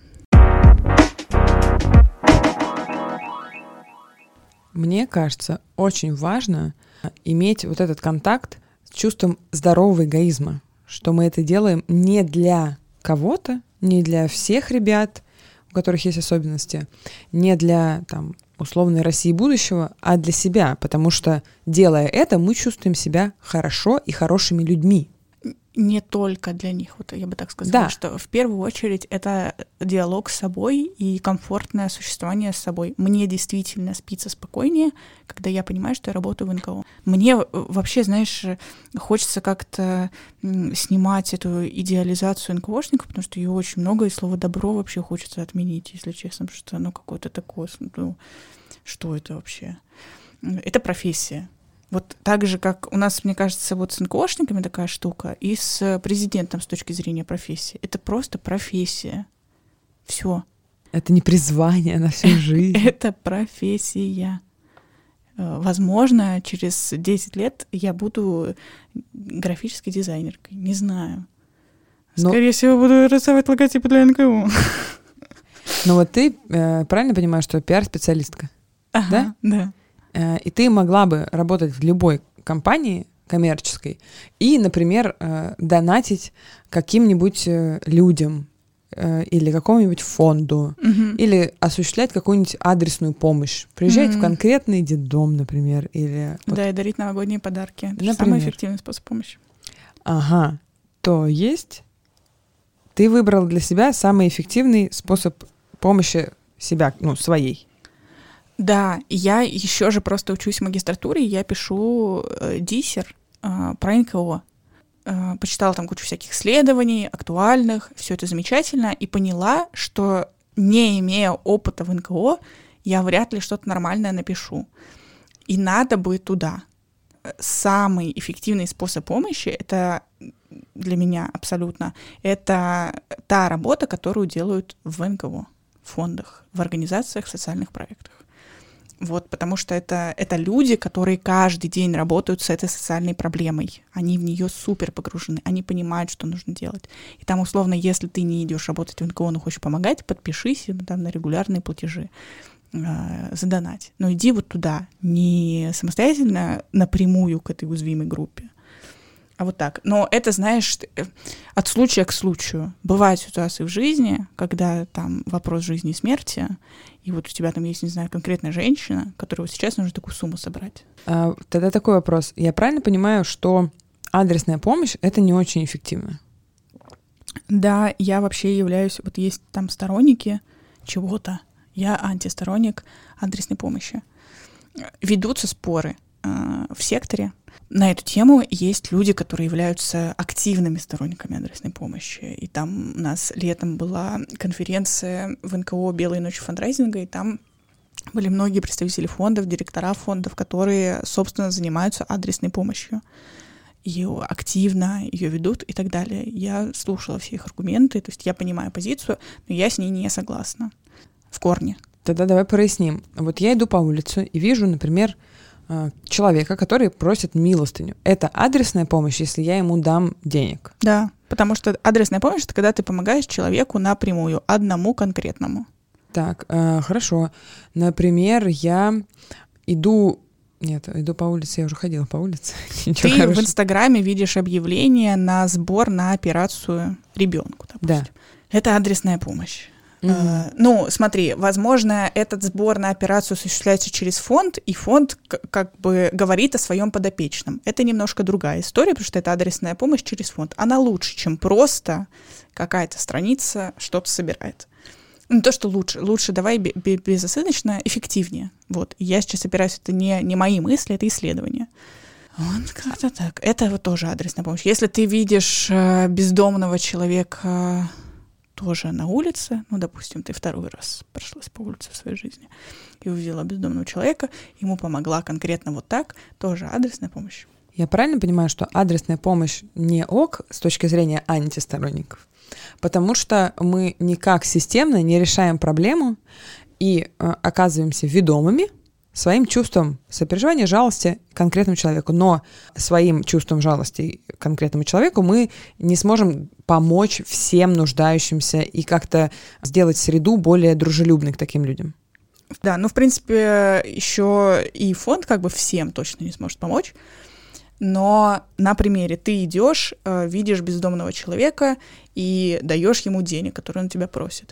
Мне кажется, очень важно иметь вот этот контакт с чувством здорового эгоизма, что мы это делаем не для кого-то, не для всех ребят, у которых есть особенности, не для там, условной России будущего, а для себя, потому что, делая это, мы чувствуем себя хорошо и хорошими людьми. Не только для них, вот я бы так сказала, да. Что в первую очередь это диалог с собой и комфортное существование с собой. Мне действительно спится спокойнее, когда я понимаю, что я работаю в эн ка о. Мне вообще, знаешь, хочется как-то снимать эту идеализацию эн ка о-шников, потому что ее очень много, и слово «добро» вообще хочется отменить, если честно, потому что оно какое-то такое, ну, что это вообще? Это профессия. Вот так же, как у нас, мне кажется, вот с эн ка о-шниками такая штука, и с президентом с точки зрения профессии. Это просто профессия. Все. Это не призвание на всю жизнь. Это профессия. Возможно, через десять лет я буду графической дизайнеркой. Не знаю. Скорее всего, буду рисовать логотипы для эн ка о. Ну вот ты правильно понимаешь, что пиар-специалистка? Ага, да? Да. И ты могла бы работать в любой компании коммерческой и, например, донатить каким-нибудь людям или какому-нибудь фонду, угу. или осуществлять какую-нибудь адресную помощь. Приезжать угу. в конкретный детдом, например. Или да, вот. И дарить новогодние подарки. Это самый эффективный способ помощи. Ага. То есть ты выбрал для себя самый эффективный способ помощи себя, ну, своей. Да, я еще же просто учусь в магистратуре, я пишу э, диссер э, про эн ка о. Э, почитала там кучу всяких исследований, актуальных, все это замечательно, и поняла, что не имея опыта в эн ка о, я вряд ли что-то нормальное напишу. И надо бы туда. Самый эффективный способ помощи, это для меня абсолютно, это та работа, которую делают в эн ка о, в фондах, в организациях, в социальных проектах. Вот, потому что это, это люди, которые каждый день работают с этой социальной проблемой. Они в нее супер погружены, они понимают, что нужно делать. И там, условно, если ты не идешь работать в эн ка о, но хочешь помогать, подпишись там на регулярные платежи. э, задонать. Но иди вот туда, не самостоятельно напрямую к этой уязвимой группе, а вот так. Но это, знаешь, от случая к случаю. Бывают ситуации в жизни, когда там вопрос жизни и смерти, и вот у тебя там есть, не знаю, конкретная женщина, которой вот сейчас нужно такую сумму собрать. А, тогда такой вопрос. Я правильно понимаю, что адресная помощь — это не очень эффективно? Да, я вообще являюсь... Вот есть там сторонники чего-то. Я антисторонник адресной помощи. Ведутся споры э, в секторе. На эту тему есть люди, которые являются активными сторонниками адресной помощи. И там у нас летом была конференция в эн ка о «Белые ночи фандрайзинга», и там были многие представители фондов, директора фондов, которые, собственно, занимаются адресной помощью. Ее активно ее ведут и так далее. Я слушала все их аргументы, то есть я понимаю позицию, но я с ней не согласна в корне. Тогда давай проясним. Вот я иду по улице и вижу, например, человека, который просит милостыню. Это адресная помощь, если я ему дам денег? Да, потому что адресная помощь — это когда ты помогаешь человеку напрямую, одному конкретному. Так, э, хорошо. Например, я иду... Нет, иду по улице, я уже ходила по улице. Ты в Инстаграме видишь объявление на сбор на операцию ребенку, допустим. Да. Это адресная помощь. Mm-hmm. Uh, ну, смотри, возможно, этот сбор на операцию осуществляется через фонд, и фонд к- как бы говорит о своем подопечном. Это немножко другая история, потому что это адресная помощь через фонд. Она лучше, чем просто какая-то страница что-то собирает. Не то, что лучше. Лучше давай б- б- безоценочно, эффективнее. Вот. Я сейчас опираюсь, это не, не мои мысли, это исследования. Вот как-то так. Это вот тоже адресная помощь. Если ты видишь э, бездомного человека... тоже на улице, ну, допустим, ты второй раз прошлась по улице в своей жизни и увидела бездомного человека, ему помогла конкретно вот так, тоже адресная помощь. Я правильно понимаю, что адресная помощь не ок с точки зрения антисторонников? Потому что мы никак системно не решаем проблему и э, оказываемся ведомыми своим чувством сопереживания, жалости конкретному человеку. Но своим чувством жалости конкретному человеку мы не сможем помочь всем нуждающимся и как-то сделать среду более дружелюбной к таким людям. Да, ну, в принципе, еще и фонд как бы всем точно не сможет помочь. Но на примере ты идешь, видишь бездомного человека и даешь ему денег, которые он тебя просит.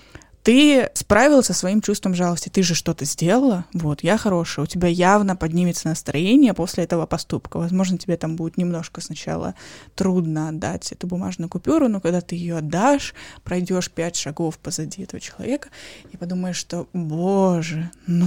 Ты справилась со своим чувством жалости, ты же что-то сделала, вот, я хорошая, у тебя явно поднимется настроение после этого поступка. Возможно, тебе там будет немножко сначала трудно отдать эту бумажную купюру, но когда ты ее отдашь, пройдешь пять шагов позади этого человека и подумаешь, что, боже, ну,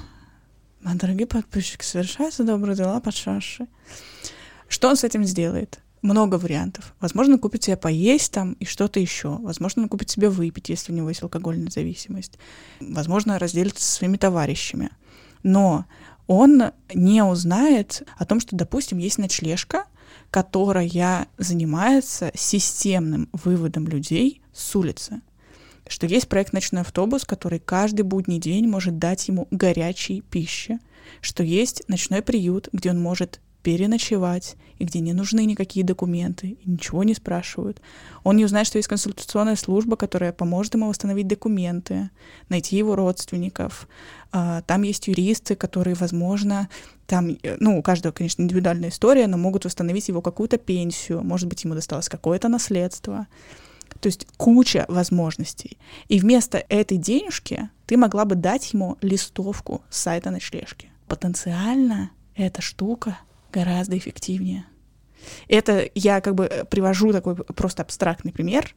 мои дорогие подписчики, совершаются добрые дела под шашей. Что он с этим сделает? Много вариантов. Возможно, он купит себе поесть там и что-то еще. Возможно, он купит себе выпить, если у него есть алкогольная зависимость. Возможно, разделится со своими товарищами. Но он не узнает о том, что, допустим, есть ночлежка, которая занимается системным выводом людей с улицы. Что есть проект «Ночной автобус», который каждый будний день может дать ему горячей пищи. Что есть ночной приют, где он может переночевать, и где не нужны никакие документы, и ничего не спрашивают. Он не узнает, что есть консультационная служба, которая поможет ему восстановить документы, найти его родственников. Там есть юристы, которые, возможно, там, ну, у каждого, конечно, индивидуальная история, но могут восстановить его какую-то пенсию, может быть, ему досталось какое-то наследство. То есть куча возможностей. И вместо этой денежки ты могла бы дать ему листовку с сайта ночлежки. Потенциально эта штука гораздо эффективнее. Это я как бы привожу такой просто абстрактный пример,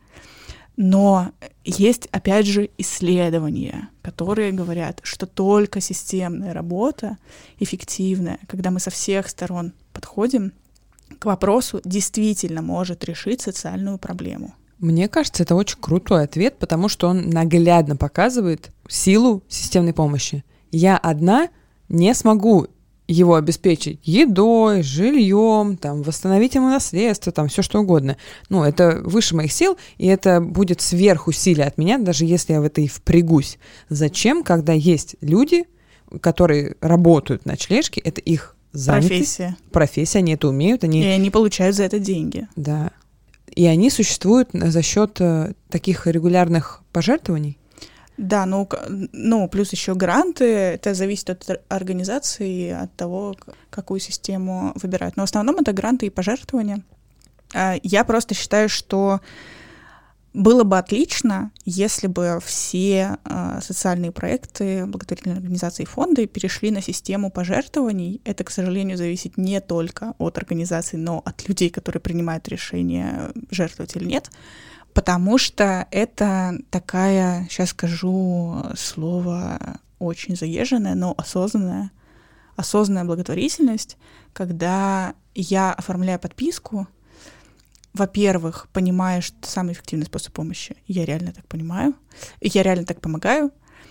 но есть, опять же, исследования, которые говорят, что только системная работа эффективная, когда мы со всех сторон подходим к вопросу, действительно может решить социальную проблему. Мне кажется, это очень крутой ответ, потому что он наглядно показывает силу системной помощи. Я одна не смогу его обеспечить едой, жильем, там, восстановить ему наследство, там, все что угодно. Ну, это выше моих сил, и это будет сверхусилие от меня, даже если я в это и впрягусь. Зачем, когда есть люди, которые работают в ночлежке, это их занятость. Профессия. Профессия, они это умеют. Они... И они получают за это деньги. Да. И они существуют за счет таких регулярных пожертвований? Да, ну, ну, плюс еще гранты, это зависит от организации, от того, какую систему выбирают. Но в основном это гранты и пожертвования. Я просто считаю, что было бы отлично, если бы все социальные проекты, благотворительные организации и фонды перешли на систему пожертвований. Это, к сожалению, зависит не только от организаций, но от людей, которые принимают решение, жертвовать или нет. Потому что это такая, сейчас скажу слово очень заезженное, но осознанная, осознанная благотворительность, когда я оформляю подписку, во-первых, понимаю, что это самый эффективный способ помощи. Я реально так понимаю, я реально так помогаю.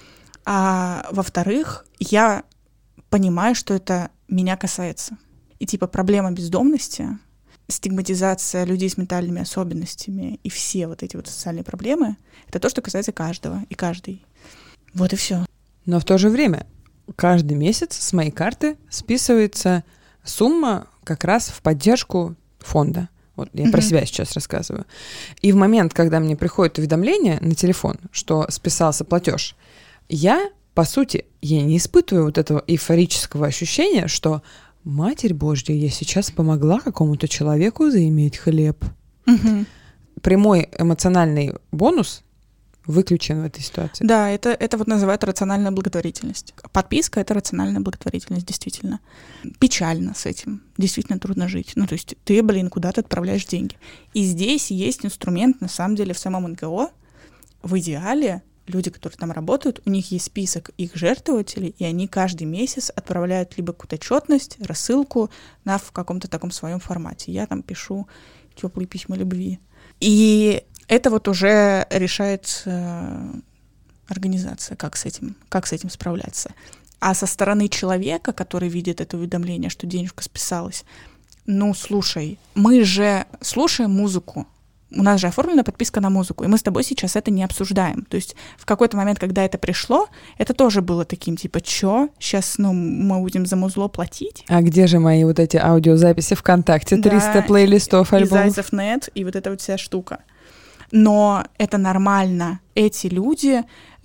А во-вторых, я понимаю, что это меня касается. И типа проблема бездомности, стигматизация людей с ментальными особенностями и все вот эти вот социальные проблемы — это то, что касается каждого и каждой. Вот и все. Но в то же время каждый месяц с моей карты списывается сумма как раз в поддержку фонда. Вот я mm-hmm. про себя сейчас рассказываю. И в момент, когда мне приходит уведомление на телефон, что списался платеж, я, по сути, я не испытываю вот этого эйфорического ощущения, что Матерь Божья, я сейчас помогла какому-то человеку заиметь хлеб. Угу. Прямой эмоциональный бонус выключен в этой ситуации. Да, это, это вот называют рациональная благотворительность. Подписка — это рациональная благотворительность, действительно. Печально с этим. Действительно трудно жить. Ну, то есть ты, блин, куда-то отправляешь деньги. И здесь есть инструмент, на самом деле, в самом эн ка о. В идеале люди, которые там работают, у них есть список их жертвователей, и они каждый месяц отправляют либо какую-то отчетность, рассылку на в каком-то таком своем формате. Я там пишу теплые письма любви. И это вот уже решает э, организация, как с этим, как с этим справляться. А со стороны человека, который видит это уведомление, что денежка списалась, ну, слушай, мы же слушаем музыку, у нас же оформлена подписка на музыку, и мы с тобой сейчас это не обсуждаем. То есть в какой-то момент, когда это пришло, это тоже было таким, типа, чё, сейчас, ну, мы будем за музло платить? А где же мои вот эти аудиозаписи ВКонтакте, триста да, плейлистов, альбомов? И Зайцев точка нет, и вот эта вот вся штука. Но это нормально. Эти люди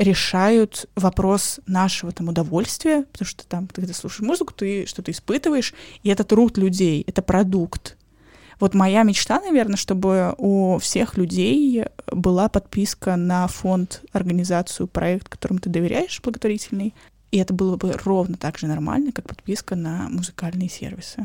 решают вопрос нашего там удовольствия, потому что там, когда ты слушаешь музыку, ты что-то испытываешь, и это труд людей, это продукт. Вот моя мечта, наверное, чтобы у всех людей была подписка на фонд, организацию, проект, которому ты доверяешь, благотворительный, и это было бы ровно так же нормально, как подписка на музыкальные сервисы.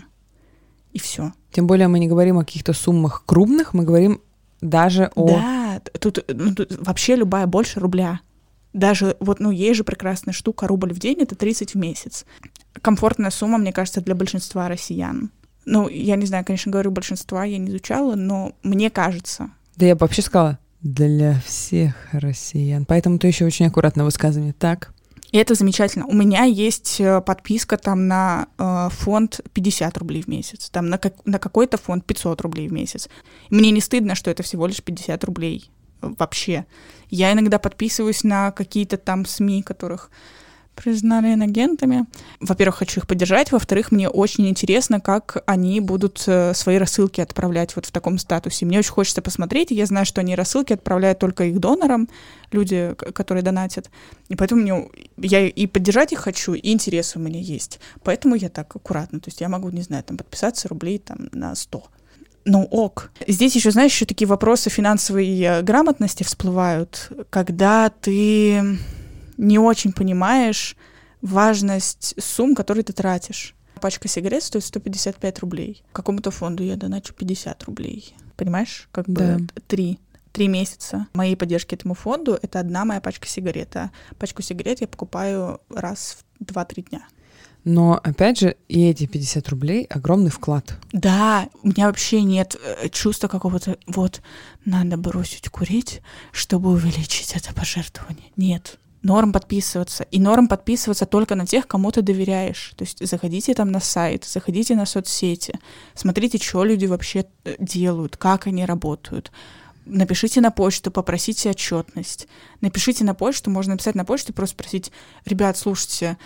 И все. Тем более мы не говорим о каких-то суммах крупных, мы говорим даже о... Да, тут, ну, тут вообще любая больше рубля. Даже вот, ну, есть же прекрасная штука, рубль в день — это тридцать в месяц. Комфортная сумма, мне кажется, для большинства россиян. Ну, я не знаю, конечно, говорю большинства, я не изучала, но мне кажется. Да я бы вообще сказала, для всех россиян. Поэтому ты еще очень аккуратно в высказывании. Так. И это замечательно. У меня есть подписка там на э, фонд пятьдесят рублей в месяц, там на, как, на какой-то фонд пятьсот рублей в месяц. Мне не стыдно, что это всего лишь пятьдесят рублей вообще. Я иногда подписываюсь на какие-то там СМИ, которых признали инагентами. Во-первых, хочу их поддержать. Во-вторых, мне очень интересно, как они будут свои рассылки отправлять вот в таком статусе. Мне очень хочется посмотреть, и я знаю, что они рассылки отправляют только их донорам, люди, которые донатят. И поэтому мне, я и поддержать их хочу, и интерес у меня есть. Поэтому я так аккуратно. То есть я могу, не знаю, там подписаться рублей там, на сто. Ну ок. Здесь еще, знаешь, еще такие вопросы финансовой грамотности всплывают, когда ты не очень понимаешь важность сумм, которые ты тратишь. Пачка сигарет стоит сто пятьдесят пять рублей. Какому-то фонду я доначу пятьдесят рублей. Понимаешь? Как да. бы три. Три месяца моей поддержки этому фонду — это одна моя пачка сигарет. А пачку сигарет я покупаю раз в два-три дня. Но, опять же, и эти пятьдесят рублей — огромный вклад. Да, у меня вообще нет чувства какого-то, вот, надо бросить курить, чтобы увеличить это пожертвование. Нет. Норм подписываться. И норм подписываться только на тех, кому ты доверяешь. То есть заходите там на сайт, заходите на соцсети, смотрите, что люди вообще делают, как они работают. Напишите на почту, попросите отчетность. Напишите на почту, можно написать на почту и просто спросить: ребят, слушайте,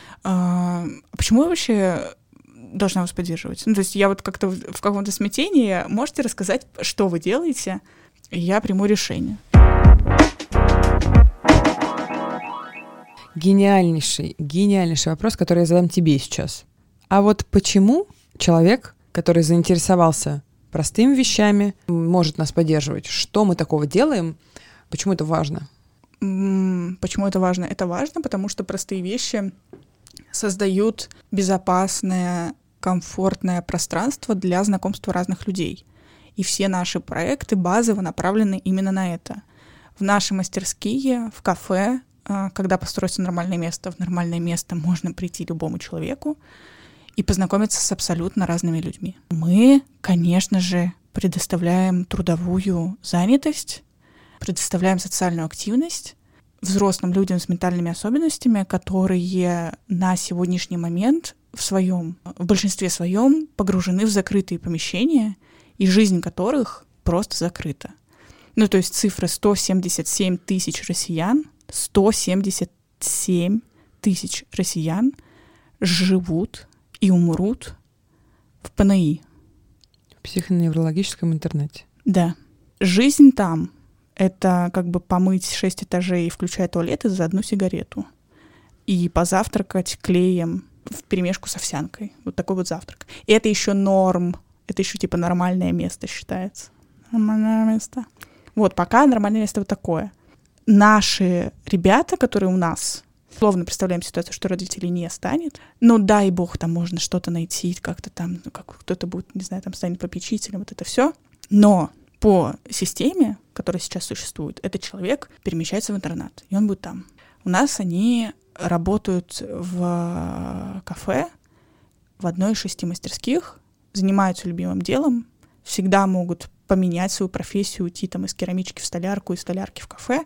а почему я вообще должна вас поддерживать? Ну, то есть я вот как-то в, в каком-то смятении, можете рассказать, что вы делаете, и я приму решение. Гениальнейший, гениальнейший вопрос, который я задам тебе сейчас. А вот почему человек, который заинтересовался простыми вещами, может нас поддерживать? Что мы такого делаем? Почему это важно? Почему это важно? Это важно, потому что простые вещи создают безопасное, комфортное пространство для знакомства разных людей. И все наши проекты базово направлены именно на это. В наши мастерские, в кафе, когда построится нормальное место, в нормальное место можно прийти любому человеку и познакомиться с абсолютно разными людьми. Мы, конечно же, предоставляем трудовую занятость, предоставляем социальную активность взрослым людям с ментальными особенностями, которые на сегодняшний момент в своем, в большинстве своем погружены в закрытые помещения, и жизнь которых просто закрыта. Ну, то есть цифра сто семьдесят семь тысяч россиян, сто семьдесят семь тысяч россиян живут и умрут в ПНИ. В психоневрологическом интернете. Да. Жизнь там — это как бы помыть шесть этажей, включая туалеты, за одну сигарету. И позавтракать клеем вперемешку с овсянкой. Вот такой вот завтрак. И это еще норм. Это еще типа нормальное место считается. Нормальное место. Вот, пока нормальное место вот такое. Наши ребята, которые у нас, словно представляем ситуацию, что родителей не станет, но дай бог, там можно что-то найти, как-то там, ну, как кто-то будет, не знаю, там станет попечителем, вот это все. Но по системе, которая сейчас существует, этот человек перемещается в интернат, и он будет там. У нас они работают в кафе в одной из шести мастерских, занимаются любимым делом, всегда могут поменять свою профессию, уйти там из керамички в столярку, из столярки в кафе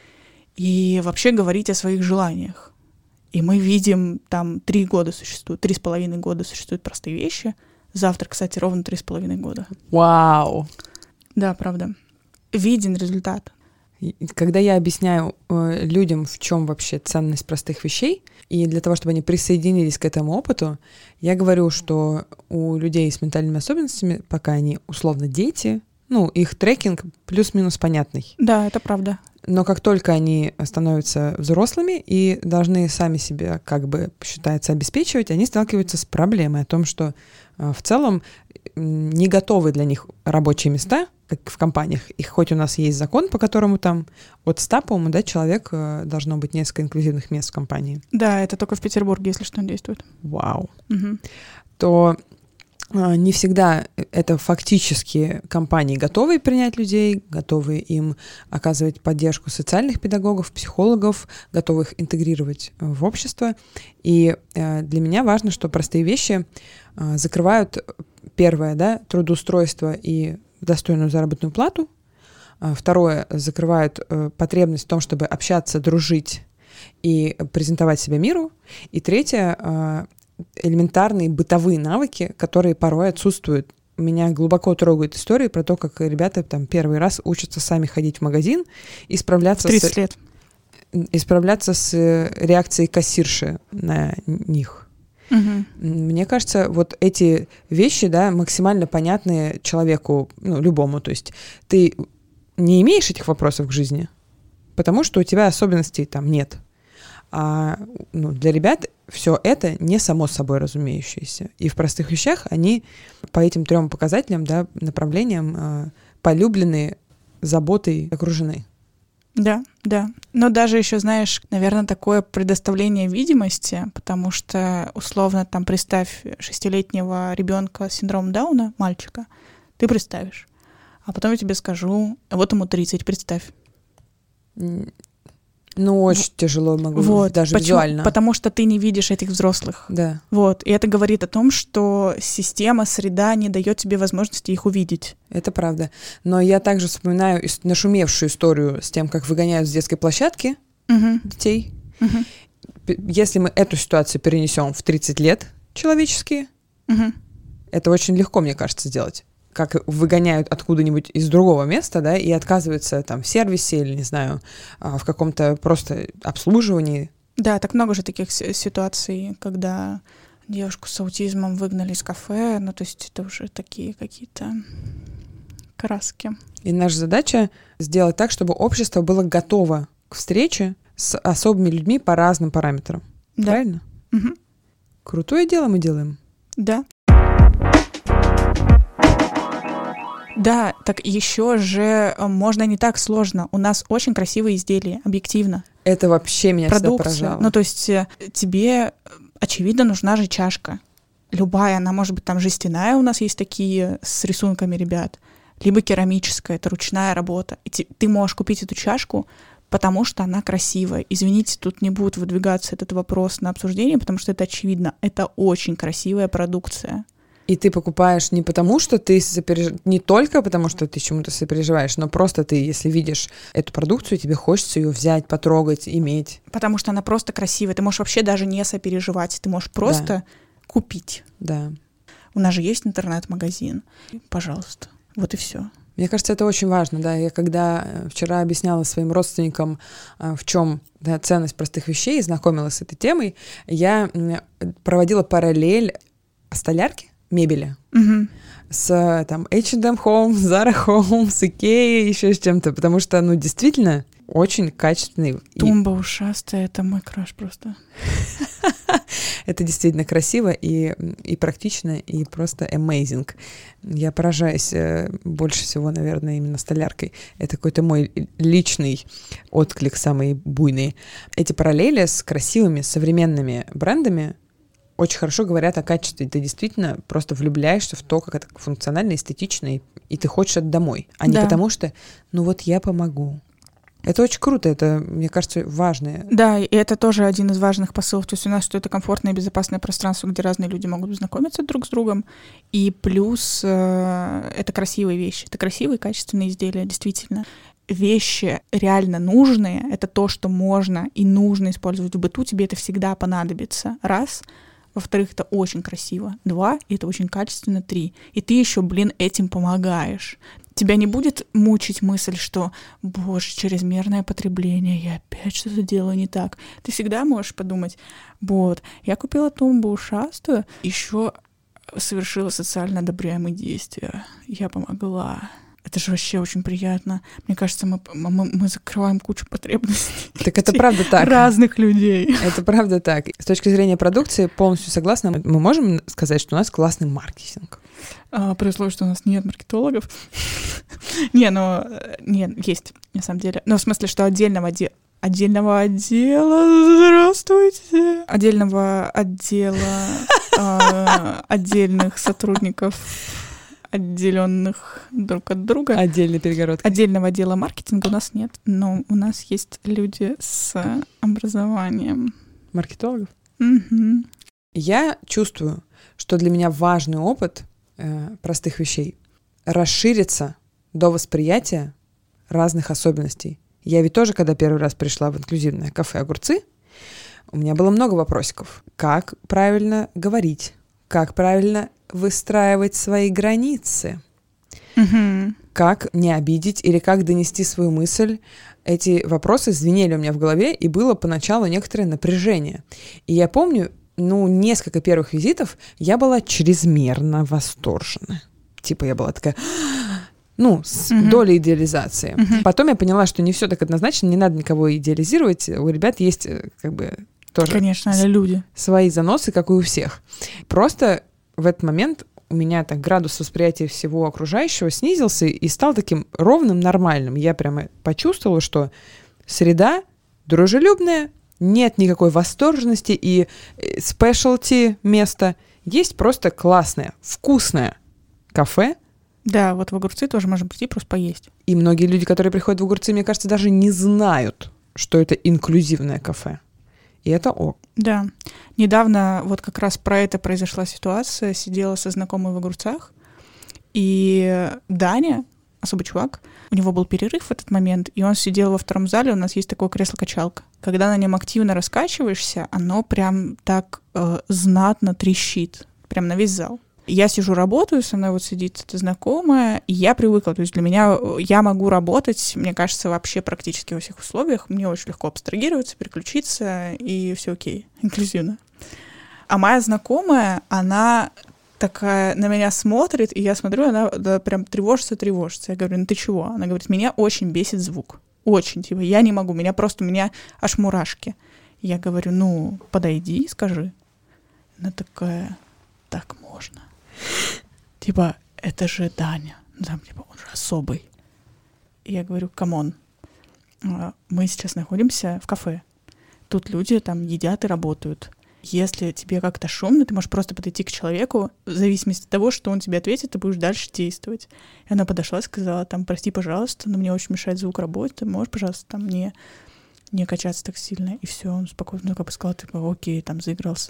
и вообще говорить о своих желаниях. И мы видим, там три года существует, три с половиной года существуют простые вещи. Завтра, кстати, ровно три с половиной года. Вау! Да, правда. Виден результат. Когда я объясняю э, людям, в чем вообще ценность простых вещей, и для того, чтобы они присоединились к этому опыту, я говорю, что у людей с ментальными особенностями, пока они условно дети, ну, их трекинг плюс-минус понятный. Да, это правда. Но как только они становятся взрослыми и должны сами себя, как бы считается, обеспечивать, они сталкиваются с проблемой о том, что э, в целом не готовы для них рабочие места, как в компаниях. И хоть у нас есть закон, по которому там от ста, по-моему, да, человек э, должно быть несколько инклюзивных мест в компании. Да, это только в Петербурге, если что, действует. Вау. Угу. То э, не всегда это фактически компании готовы принять людей, готовы им оказывать поддержку социальных педагогов, психологов, готовы их интегрировать в общество. И э, для меня важно, что простые вещи э, закрывают, первое, да, трудоустройство и достойную заработную плату. Второе, закрывают э, потребность в том, чтобы общаться, дружить и презентовать себя миру. И третье, э, элементарные бытовые навыки, которые порой отсутствуют. Меня глубоко трогают истории про то, как ребята там первый раз учатся сами ходить в магазин и справляться, тридцать с, лет. и справляться с реакцией кассирши на них. Угу. Мне кажется, вот эти вещи, да, максимально понятные человеку, ну, любому. То есть ты не имеешь этих вопросов к жизни, потому что у тебя особенностей там нет. А ну, для ребят все это не само собой разумеющееся. И в простых вещах они по этим трем показателям, да, направлениям э, полюблены, заботой окружены. Да, да. Но даже еще, знаешь, наверное, такое предоставление видимости, потому что, условно, там, представь шестилетнего ребенка с синдромом Дауна, мальчика, ты представишь. А потом я тебе скажу, вот ему тридцать, представь. Ну, очень в... тяжело могу, вот. даже Почему? визуально. Потому что ты не видишь этих взрослых. Да. Вот. И это говорит о том, что система, среда не дает тебе возможности их увидеть. Это правда. Но я также вспоминаю нашумевшую историю с тем, как выгоняют с детской площадки угу. детей. Угу. Если мы эту ситуацию перенесем в тридцать лет человеческие, угу. это очень легко, мне кажется, сделать. Как выгоняют откуда-нибудь из другого места, да, и отказываются там в сервисе или, не знаю, в каком-то просто обслуживании. Да, так много же таких ситуаций, когда девушку с аутизмом выгнали из кафе, ну, то есть это уже такие какие-то краски. И наша задача сделать так, чтобы общество было готово к встрече с особыми людьми по разным параметрам. Да. Правильно? Угу. Крутое дело мы делаем. Да. Да, так еще же можно не так сложно. У нас очень красивые изделия, объективно. Это вообще меня всегда Продукция. поражало. Ну, то есть тебе, очевидно, нужна же чашка. Любая, она может быть там жестяная, у нас есть такие с рисунками ребят, либо керамическая, это ручная работа. И ты можешь купить эту чашку, потому что она красивая. Извините, тут не будет выдвигаться этот вопрос на обсуждение, потому что это очевидно. Это очень красивая продукция. И ты покупаешь не потому, что ты сопереж... не только потому, что ты чему-то сопереживаешь, но просто ты, если видишь эту продукцию, тебе хочется ее взять, потрогать, иметь. Потому что она просто красивая. Ты можешь вообще даже не сопереживать. Ты можешь просто да. купить. Да. У нас же есть интернет-магазин. Пожалуйста. Вот и все. Мне кажется, это очень важно, да. Я когда вчера объясняла своим родственникам, в чем да, ценность простых вещей, знакомилась с этой темой, я проводила параллель столярки, мебели, угу. с там эйч энд эм Home, Zara Home, с Ikea, еще с чем-то, потому что, ну, действительно, очень качественный. Тумба и... ушастая, это мой краш просто. Это действительно красиво и, и практично, и просто amazing. Я поражаюсь больше всего, наверное, именно столяркой. Это какой-то мой личный отклик, самый буйный. Эти параллели с красивыми современными брендами очень хорошо говорят о качестве. Ты действительно просто влюбляешься в то, как это функционально, эстетично, и, и ты хочешь это домой. А да. не потому что, ну вот я помогу. Это очень круто, это, мне кажется, важно. Да, и это тоже один из важных посылов. То есть у нас что это комфортное и безопасное пространство, где разные люди могут знакомиться друг с другом. И плюс э, это красивые вещи. Это красивые, качественные изделия, действительно. Вещи реально нужные, это то, что можно и нужно использовать в быту, тебе это всегда понадобится. Раз. Во-вторых, это очень красиво. Два, и это очень качественно. Три. И ты еще, блин, этим помогаешь. Тебя не будет мучить мысль, что, боже, чрезмерное потребление, я опять что-то делаю не так. Ты всегда можешь подумать, вот, я купила тумбу ушастую, еще совершила социально одобряемые действия. Я помогла. Это же вообще очень приятно. Мне кажется, мы, мы, мы закрываем кучу потребностей. Так это правда так. Разных людей. Это правда так. С точки зрения продукции полностью согласна. Мы можем сказать, что у нас классный маркетинг. А, при условии, что у нас нет маркетологов. Не, ну, нет, есть, на самом деле. Но в смысле, что отдельного отдела... Отдельного отдела... Здравствуйте! Отдельного отдела отдельных сотрудников... отделенных друг от друга. Отдельной перегородкой. Отдельного отдела маркетинга у нас нет, но у нас есть люди с образованием. Маркетологов? Угу. Я чувствую, что для меня важный опыт э, простых вещей расширится до восприятия разных особенностей. Я ведь тоже, когда первый раз пришла в инклюзивное кафе «Огурцы», у меня было много вопросиков. Как правильно говорить? Как правильно выстраивать свои границы? Угу. Как не обидеть или как донести свою мысль? Эти вопросы звенели у меня в голове, и было поначалу некоторое напряжение. И я помню, ну, несколько первых визитов я была чрезмерно восторжена. Типа я была такая... Ну, с uh-huh. долей идеализации. Uh-huh. Потом я поняла, что не все так однозначно, не надо никого идеализировать. У ребят есть как бы тоже Конечно, с- люди. свои заносы, как и у всех. Просто в этот момент у меня так градус восприятия всего окружающего снизился и стал таким ровным, нормальным. Я прямо почувствовала, что среда дружелюбная, нет никакой восторженности и спешлти место. Есть просто классное, вкусное кафе. Да, вот в «Огурцы» тоже можно прийти просто поесть. И многие люди, которые приходят в «Огурцы», мне кажется, даже не знают, что это инклюзивное кафе. И это ок. Да. Недавно вот как раз про это произошла ситуация. Сидела со знакомой в «Огурцах», и Даня, особый чувак, у него был перерыв в этот момент, и он сидел во втором зале, у нас есть такое кресло-качалка. Когда на нем активно раскачиваешься, оно прям так э, знатно трещит, прям на весь зал. Я сижу, работаю, со мной вот сидит эта знакомая, и я привыкла, то есть для меня, я могу работать, мне кажется, вообще практически во всех условиях, мне очень легко абстрагироваться, переключиться, и все окей, инклюзивно. А моя знакомая, она такая на меня смотрит, и я смотрю, она да, прям тревожится, тревожится. Я говорю, ну ты чего? Она говорит, меня очень бесит звук. очень, типа, я не могу, меня просто, у меня аж мурашки. Я говорю, ну, подойди и скажи. Она такая, так можно. Типа, это же Даня, там, типа, он же особый. И я говорю, камон, мы сейчас находимся в кафе. Тут люди там едят и работают. Если тебе как-то шумно, ты можешь просто подойти к человеку, в зависимости от того, что он тебе ответит, ты будешь дальше действовать. И она подошла и сказала, там, прости, пожалуйста, но мне очень мешает звук работы, ты можешь, пожалуйста, там, не, не качаться так сильно. И все, он спокойно, ну, как бы сказал, типа, окей, там, заигрался.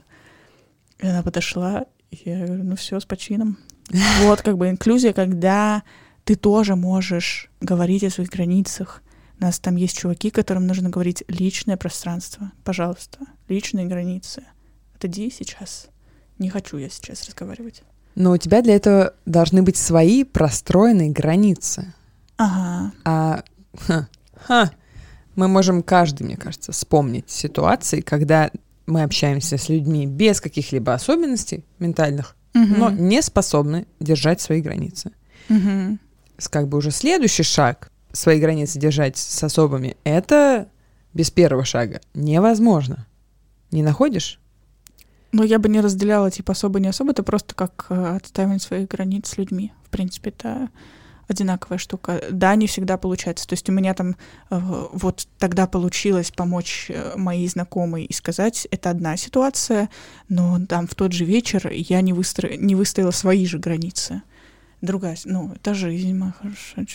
И она подошла, и я говорю, ну все, с почином. Вот, как бы, инклюзия, когда ты тоже можешь говорить о своих границах. У нас там есть чуваки, которым нужно говорить личное пространство. Пожалуйста, личные границы. Отойди сейчас. Не хочу я сейчас разговаривать. Но у тебя для этого должны быть свои простроенные границы. Ага. А ха, ха, мы можем каждый, мне кажется, вспомнить ситуации, когда мы общаемся с людьми без каких-либо особенностей ментальных, угу. но не способны держать свои границы. Угу. Как бы уже следующий шаг свои границы держать с особыми, это без первого шага невозможно. Не находишь? Ну, я бы не разделяла, типа, особо, не особо, это просто как э, отстаивать свои границы с людьми. В принципе, это одинаковая штука. Да, не всегда получается. То есть у меня там э, вот тогда получилось помочь э, моей знакомой и сказать, это одна ситуация, но там в тот же вечер я не, выстро... не выставила свои же границы. Другая, ну, это жизнь, моя хорошая.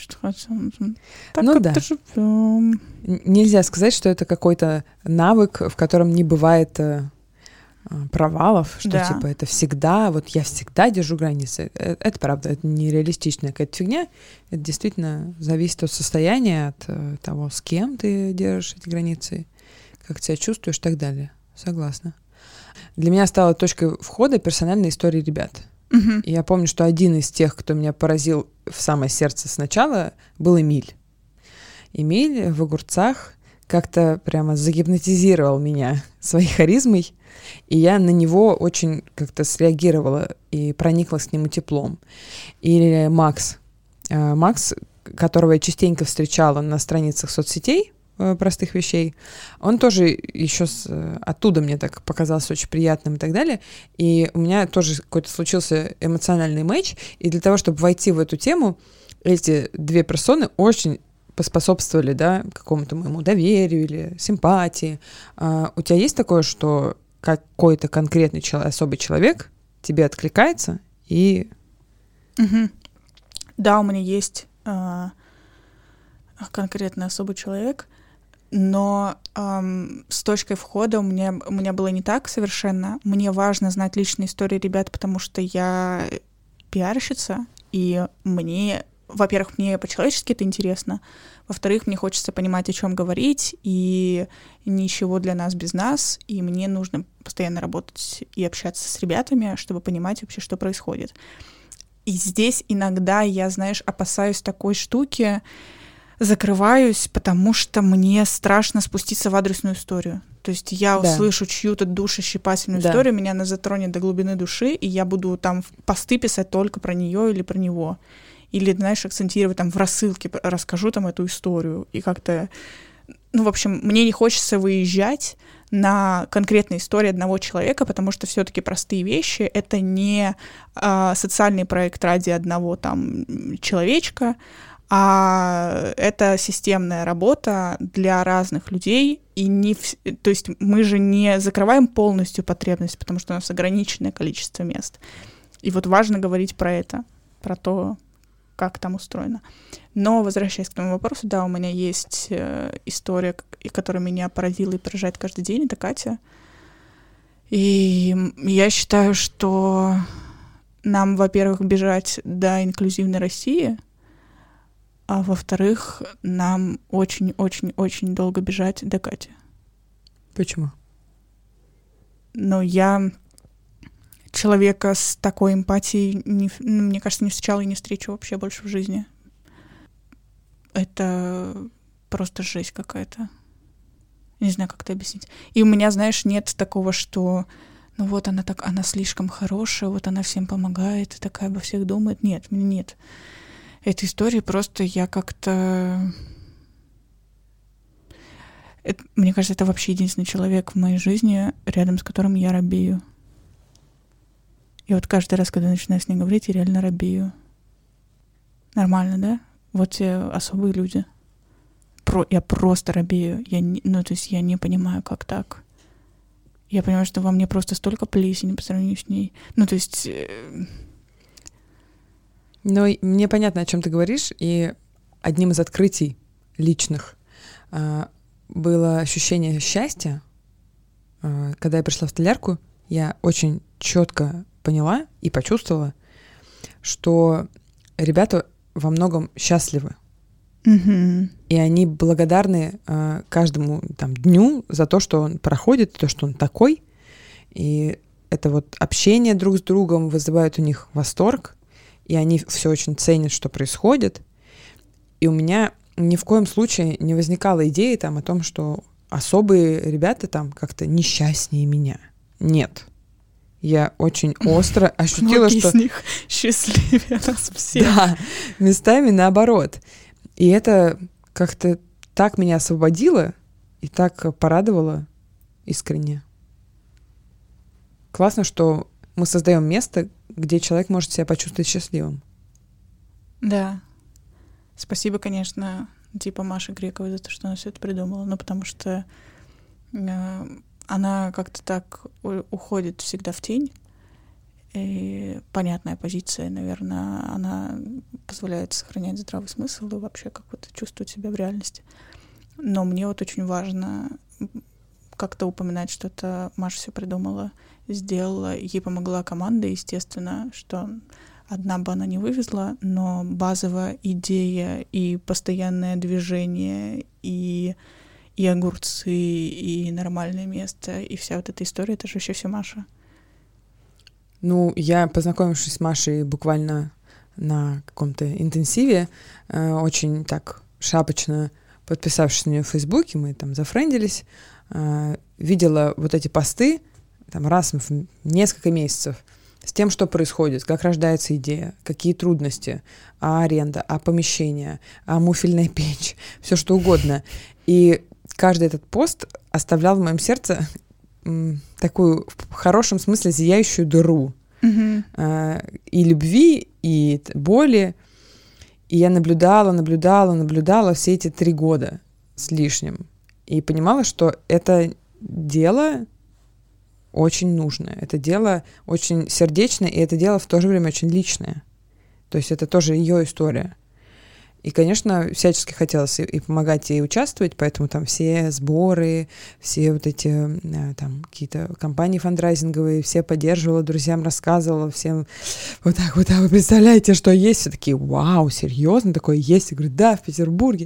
Так ну как да. живем. Нельзя сказать, что это какой-то навык, в котором не бывает э, провалов, что да. типа это всегда, вот я всегда держу границы. Это, это правда, это нереалистичная какая-то фигня. Это действительно зависит от состояния, от э, того, с кем ты держишь эти границы, как ты себя чувствуешь и так далее. Согласна. Для меня стала точкой входа персональная история ребят. Uh-huh. И я помню, что один из тех, кто меня поразил в самое сердце сначала, был Эмиль. Эмиль в «Огурцах» как-то прямо загипнотизировал меня своей харизмой, и я на него очень как-то среагировала и прониклась к нему теплом. Или Макс. Макс, которого я частенько встречала на страницах соцсетей, простых вещей, он тоже еще с, оттуда мне так показался очень приятным и так далее, и у меня тоже какой-то случился эмоциональный матч, и для того, чтобы войти в эту тему, эти две персоны очень поспособствовали, да, какому-то моему доверию или симпатии. А у тебя есть такое, что какой-то конкретный человек, особый человек тебе откликается и... Угу. Да, у меня есть э, конкретный особый человек, но эм, с точкой входа у меня, у меня было не так совершенно. Мне важно знать личные истории ребят, потому что я пиарщица, и мне, во-первых, мне по-человечески это интересно, во-вторых, мне хочется понимать, о чем говорить, и ничего для нас без нас, и мне нужно постоянно работать и общаться с ребятами, чтобы понимать вообще, что происходит. И здесь иногда я, знаешь, опасаюсь такой штуки, закрываюсь, потому что мне страшно спуститься в адресную историю. То есть я да. услышу чью-то душещипательную да. историю, меня она затронет до глубины души, и я буду там посты писать только про нее или про него. Или, знаешь, акцентировать там в рассылке, расскажу там эту историю. И как-то... Ну, в общем, мне не хочется выезжать на конкретные истории одного человека, потому что все-таки простые вещи — это не а, социальный проект ради одного там человечка, а это системная работа для разных людей, и не в... то есть мы же не закрываем полностью потребность, потому что у нас ограниченное количество мест. И вот важно говорить про это, про то, как там устроено. Но, возвращаясь к тому вопросу, да, у меня есть э, история, которая меня поразила и поражает каждый день, это Катя. И я считаю, что нам, во-первых, бежать до инклюзивной России, а во-вторых, нам очень-очень-очень долго бежать до Кати. Почему? Но я человека с такой эмпатией, не, мне кажется, не встречала и не встречу вообще больше в жизни. Это просто жесть какая-то. Не знаю, как это объяснить. И у меня, знаешь, нет такого, что ну вот она так, она слишком хорошая, вот она всем помогает, и такая обо всех думает. Нет, мне нет. Этой истории просто я как-то Это, мне кажется, это вообще единственный человек в моей жизни, рядом с которым я робею. И вот каждый раз, когда я начинаю с ней говорить, я реально робею. Нормально, да? Вот те особые люди. Про, я просто робею. Я не, ну, то есть я не понимаю, как так. Я понимаю, что во мне просто столько плесени по сравнению с ней. Ну, то есть... Э... Ну, мне понятно, о чем ты говоришь, и одним из открытий личных э, было ощущение счастья. Э, когда я пришла в столярку, я очень четко поняла и почувствовала, что ребята во многом счастливы. Mm-hmm. И они благодарны э, каждому там, дню за то, что он проходит, то, что он такой. И это вот общение друг с другом вызывает у них восторг, и они все очень ценят, что происходит. И у меня ни в коем случае не возникало идеи там, о том, что особые ребята там как-то несчастнее меня. Нет. Я очень остро ощутила, Многие что... из них счастливее нас всех. Да, местами наоборот. И это как-то так меня освободило и так порадовало искренне. Классно, что мы создаем место, где человек может себя почувствовать счастливым. Да. Спасибо, конечно, типа Маше Грековой за то, что она все это придумала. Ну, потому что э, она как-то так уходит всегда в тень. И понятная позиция, наверное, она позволяет сохранять здравый смысл и вообще как-то чувствовать себя в реальности. Но мне вот очень важно как-то упоминать, что это Маша все придумала, сделала, ей помогла команда, естественно, что одна бы она не вывезла, но базовая идея и постоянное движение, и, и огурцы, и нормальное место, и вся вот эта история, это же вообще все Маша. Ну, я, познакомившись с Машей буквально на каком-то интенсиве, э, очень так шапочно подписавшись на нее в Фейсбуке, мы там зафрендились, э, видела вот эти посты там раз в несколько месяцев с тем, что происходит, как рождается идея, какие трудности, а аренда, а помещение, а муфельная печь, все что угодно. И каждый этот пост оставлял в моем сердце такую, в хорошем смысле, зияющую дыру. Mm-hmm. А, и любви, и боли. И я наблюдала, наблюдала, наблюдала все эти три года с лишним. И понимала, что это дело очень нужное. Это дело очень сердечное, и это дело в то же время очень личное. То есть это тоже ее история. И, конечно, всячески хотелось и, и помогать ей участвовать, поэтому там все сборы, все вот эти там какие-то компании фандрайзинговые, все поддерживала, друзьям рассказывала, всем вот так вот, а вы представляете, что есть? Все такие, вау, серьезно, такое есть? Я говорю, да, в Петербурге.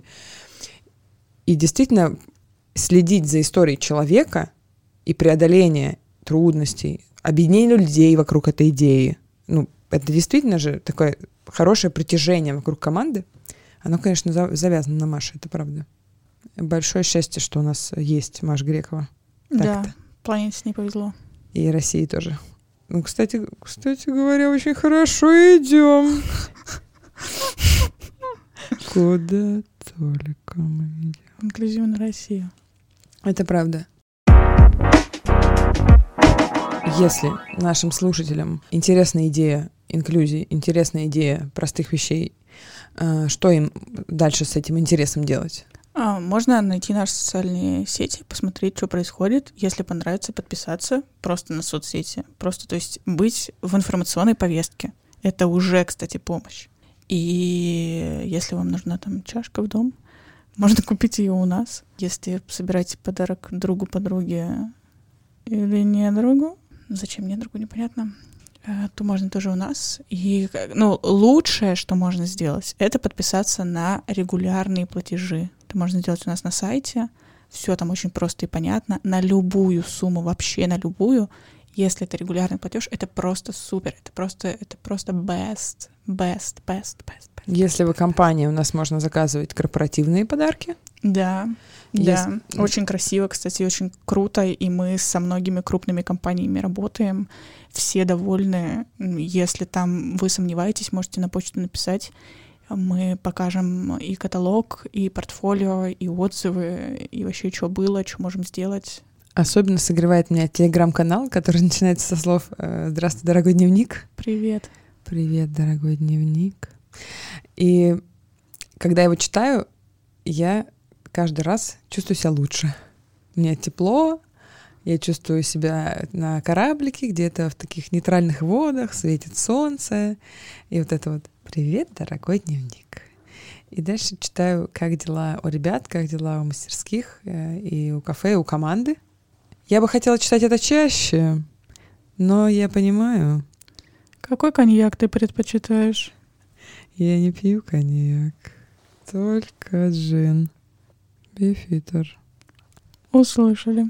И действительно следить за историей человека и преодоление трудностей, объединение людей вокруг этой идеи, ну, это действительно же такое хорошее притяжение вокруг команды. Оно, конечно, завязано на Маше, это правда. Большое счастье, что у нас есть Маша Грекова. Да, Так-то. планете с ней повезло. И России тоже. Ну, кстати, кстати говоря, очень хорошо идем. Куда только мы идем. Инклюзивную Россию. Это правда. Если нашим слушателям интересна идея инклюзии, интересна идея простых вещей, что им дальше с этим интересом делать? А, можно найти наши социальные сети, посмотреть, что происходит. Если понравится, подписаться просто на соцсети. Просто, то есть, быть в информационной повестке. Это уже, кстати, помощь. И если вам нужна там чашка в дом, можно купить ее у нас. Если собираете подарок другу, подруге или не другу, зачем не другу, непонятно, то можно тоже у нас. И, ну, лучшее, что можно сделать, это подписаться на регулярные платежи. Это можно сделать у нас на сайте. Все там очень просто и понятно. На любую сумму, вообще на любую. Если это регулярный платеж, это просто супер. Это просто, это просто best, best, best, best, best. Если вы компания, у нас можно заказывать корпоративные подарки. Да, Если... да. Очень красиво, кстати, очень круто. И мы со многими крупными компаниями работаем. Все довольны. Если там вы сомневаетесь, можете на почту написать. Мы покажем и каталог, и портфолио, и отзывы, и вообще, что было, что можем сделать. Особенно согревает меня телеграм-канал, который начинается со слов «Здравствуй, дорогой дневник». Привет. Привет, дорогой дневник. И когда я его читаю, я каждый раз чувствую себя лучше. Мне тепло, я чувствую себя на кораблике, где-то в таких нейтральных водах, светит солнце. И вот это вот «Привет, дорогой дневник». И дальше читаю, как дела у ребят, как дела у мастерских, и у кафе, и у команды. Я бы хотела читать это чаще, но я понимаю. Какой коньяк ты предпочитаешь? Я не пью коньяк, только джин. Бифитер. Услышали.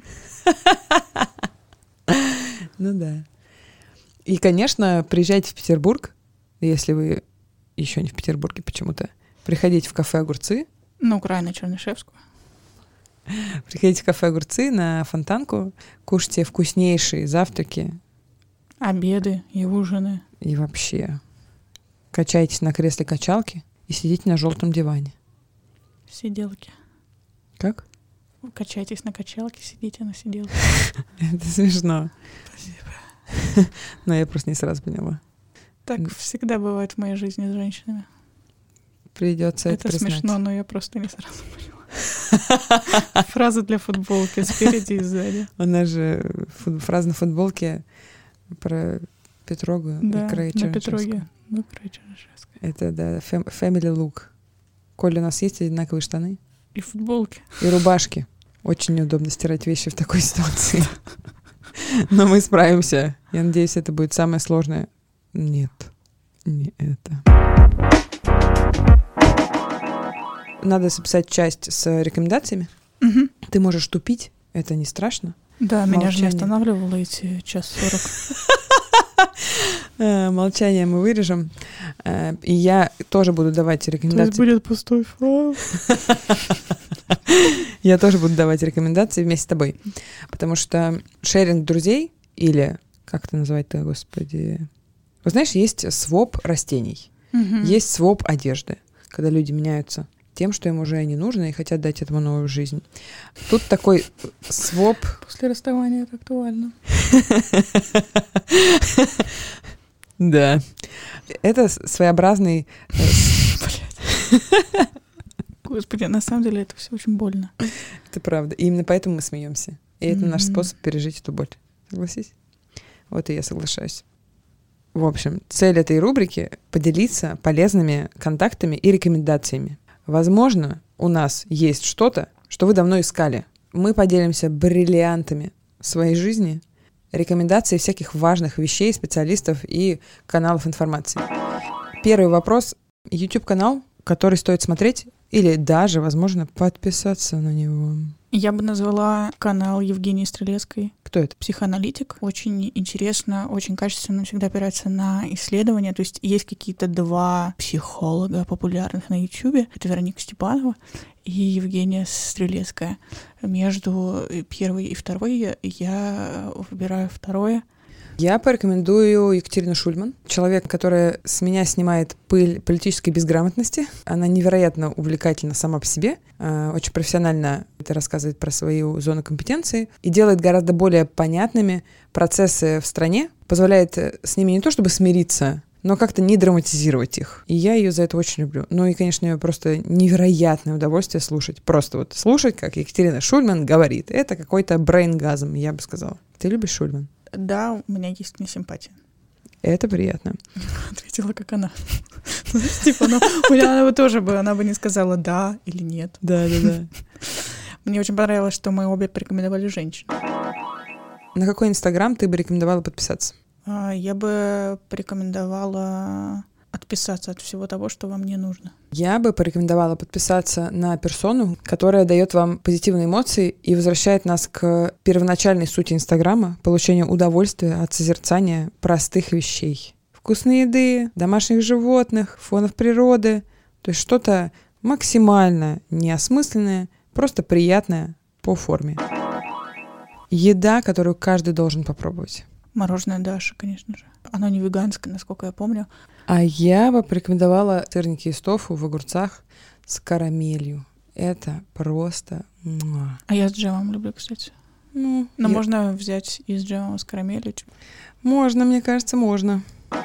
Ну да. И, конечно, приезжайте в Петербург, если вы еще не в Петербурге почему-то. Приходите в кафе «Огурцы». На Украину Чернышевскую. Приходите в кафе «Огурцы» на Фонтанку, кушайте вкуснейшие завтраки. Обеды и ужины. И вообще качайтесь на кресле качалки и сидите на желтом диване. Сиделки. Как? Качайтесь на качалке, сидите на сиделке. Это смешно. Спасибо. Но я просто не сразу поняла. Так всегда бывает в моей жизни с женщинами. Придется это признать. Это смешно, но я просто не сразу поняла. Фраза для футболки спереди и сзади. У нас же фут... фраза на футболке про Петрогу да, и край на Петроге. Ну, край Чернышевская. Это, да, фэм... family look. Коля, у нас есть одинаковые штаны. И футболки. И рубашки. Очень неудобно стирать вещи в такой ситуации. Но мы справимся. Я надеюсь, это будет самое сложное. Нет, не это. Надо записать часть с рекомендациями. Угу. Ты можешь тупить, это не страшно. Да, Молчание. Меня же не останавливало эти час сорок. Молчание мы вырежем. И я тоже буду давать рекомендации. То есть будет пустой файл. Я тоже буду давать рекомендации вместе с тобой. Потому что шеринг друзей или, как это называть-то, господи... Вы знаешь, есть своп растений, есть своп одежды, когда люди меняются тем, что им уже не нужно, и хотят дать этому новую жизнь. Тут такой своп... После расставания это актуально. Да. Это своеобразный... Господи, на самом деле это все очень больно. Это правда. И именно поэтому мы смеемся. И это наш способ пережить эту боль. Согласись? Вот и я соглашаюсь. В общем, цель этой рубрики — поделиться полезными контактами и рекомендациями. Возможно, у нас есть что-то, что вы давно искали. Мы поделимся бриллиантами своей жизни, рекомендацией всяких важных вещей, специалистов и каналов информации. Первый вопрос. YouTube-канал, который стоит смотреть или даже, возможно, подписаться на него. Я бы назвала канал Евгении Стрелецкой. Кто это? Психоаналитик. Очень интересно, очень качественно, всегда опирается на исследования. То есть есть какие-то два психолога популярных на Ютубе. Это Вероника Степанова и Евгения Стрелецкая. Между первой и второй я выбираю второе. Я порекомендую Екатерину Шульман, человек, который с меня снимает пыль политической безграмотности. Она невероятно увлекательна сама по себе, очень профессионально это рассказывает про свою зону компетенции и делает гораздо более понятными процессы в стране, позволяет с ними не то чтобы смириться, но как-то не драматизировать их. И я ее за это очень люблю. Ну и, конечно, ее просто невероятное удовольствие слушать. Просто вот слушать, как Екатерина Шульман говорит. Это какой-то брейнгазм, я бы сказала. Ты любишь Шульман? Да, у меня есть к ней симпатия. Это приятно. Ответила, как она. Типа, ну, у меня она бы тоже бы, она бы не сказала да или нет. Да, да, да. Мне очень понравилось, что мы обе порекомендовали женщин. На какой инстаграм ты бы рекомендовала подписаться? Я бы порекомендовала отписаться от всего того, что вам не нужно. Я бы порекомендовала подписаться на персону, которая дает вам позитивные эмоции и возвращает нас к первоначальной сути Инстаграма, получению удовольствия от созерцания простых вещей. Вкусной еды, домашних животных, фонов природы. То есть что-то максимально неосмысленное, просто приятное по форме. Еда, которую каждый должен попробовать. Мороженое Даша, конечно же. Оно не веганское, насколько я помню. А я бы порекомендовала сырники из тофу в огурцах с карамелью. Это просто... А я с джемом люблю, кстати. Ну, Но я... можно взять и с джемом с карамелью? Можно, мне кажется, можно.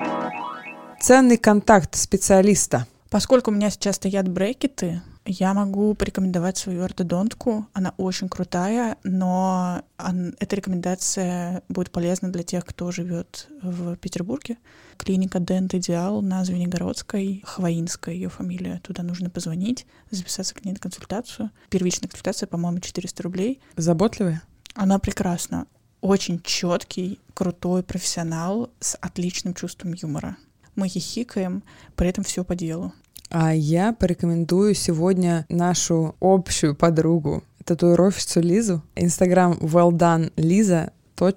Ценный контакт специалиста. Поскольку у меня сейчас стоят брекеты, я могу порекомендовать свою ортодонтку. Она очень крутая, но эта рекомендация будет полезна для тех, кто живет в Петербурге. Клиника Dent Ideal на Звенигородской, Хвоинская ее фамилия. Туда нужно позвонить, записаться к ней на консультацию. Первичная консультация, по-моему, четыреста рублей. Заботливая? Она прекрасна. Очень четкий, крутой профессионал с отличным чувством юмора. Мы хихикаем, при этом все по делу. А я порекомендую сегодня нашу общую подругу, татуировщицу Лизу. Инстаграм welldoneliza.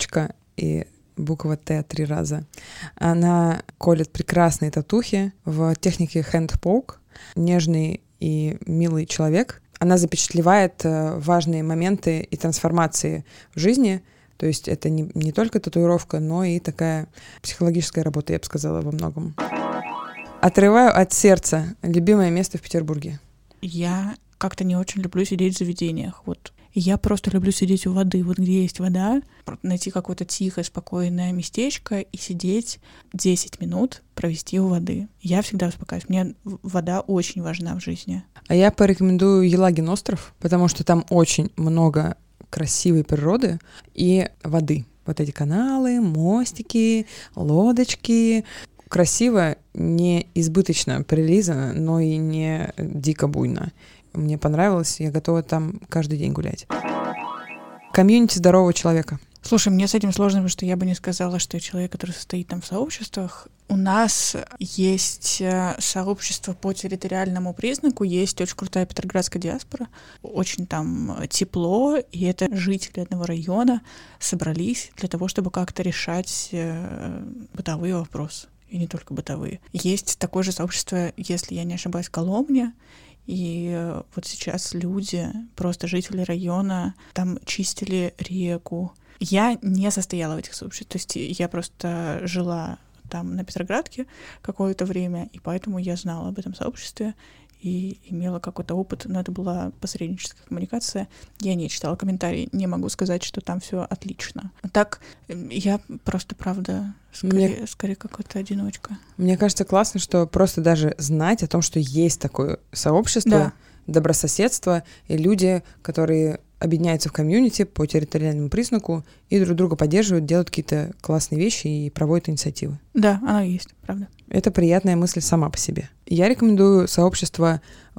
И буква Т три раза. Она колет прекрасные татухи в технике hand poke. Нежный и милый человек. Она запечатлевает важные моменты и трансформации в жизни. То есть это не, не только татуировка, но и такая психологическая работа, я бы сказала, во многом. Отрываю от сердца. Любимое место в Петербурге. Я как-то не очень люблю сидеть в заведениях. Вот. Я просто люблю сидеть у воды. Вот где есть вода, найти какое-то тихое, спокойное местечко и сидеть десять минут, провести у воды. Я всегда успокаиваюсь. Мне вода очень важна в жизни. А я порекомендую Елагин остров, потому что там очень много красивой природы и воды. Вот эти каналы, мостики, лодочки. Красиво, не избыточно прилизано, но и не дико буйно. Мне понравилось, я готова там каждый день гулять. Комьюнити здорового человека. Слушай, мне с этим сложно, потому что я бы не сказала, что я человек, который состоит там в сообществах. У нас есть сообщество по территориальному признаку, есть очень крутая петроградская диаспора, очень там тепло, и это жители одного района собрались для того, чтобы как-то решать бытовые вопросы, и не только бытовые. Есть такое же сообщество, если я не ошибаюсь, в Коломне, и вот сейчас люди, просто жители района, там чистили реку. Я не состояла в этих сообществах, то есть я просто жила там на Петроградке какое-то время, и поэтому я знала об этом сообществе и имела какой-то опыт, но это была посредническая коммуникация. Я не читала комментарии, не могу сказать, что там все отлично. Так я просто, правда, скорее, мне, скорее какой-то одиночка. Мне кажется, классно, что просто даже знать о том, что есть такое сообщество, да. Добрососедство, и люди, которые объединяются в комьюнити по территориальному признаку и друг друга поддерживают, делают какие-то классные вещи и проводят инициативы. Да, она есть, правда. Это приятная мысль сама по себе. Я рекомендую сообщество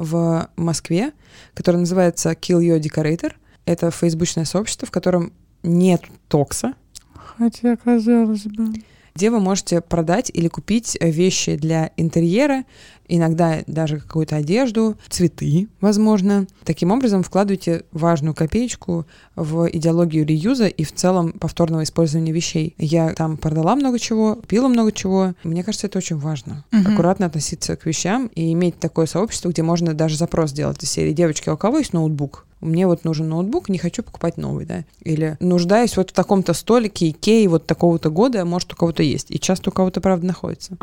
в Москве, которое называется Kill Your Decorator. Это фейсбучное сообщество, в котором нет токса. Хотя, казалось бы... Где вы можете продать или купить вещи для интерьера, иногда даже какую-то одежду, цветы, возможно. Таким образом, вкладываете важную копеечку в идеологию реюза и в целом повторного использования вещей. Я там продала много чего, купила много чего. Мне кажется, это очень важно. Uh-huh. Аккуратно относиться к вещам и иметь такое сообщество, где можно даже запрос делать из серии: девочки, а у кого есть ноутбук? Мне вот нужен ноутбук, не хочу покупать новый, да. Или нуждаюсь вот в таком-то столике Икеи вот такого-то года, может, у кого-то есть. И часто у кого-то, правда, находится.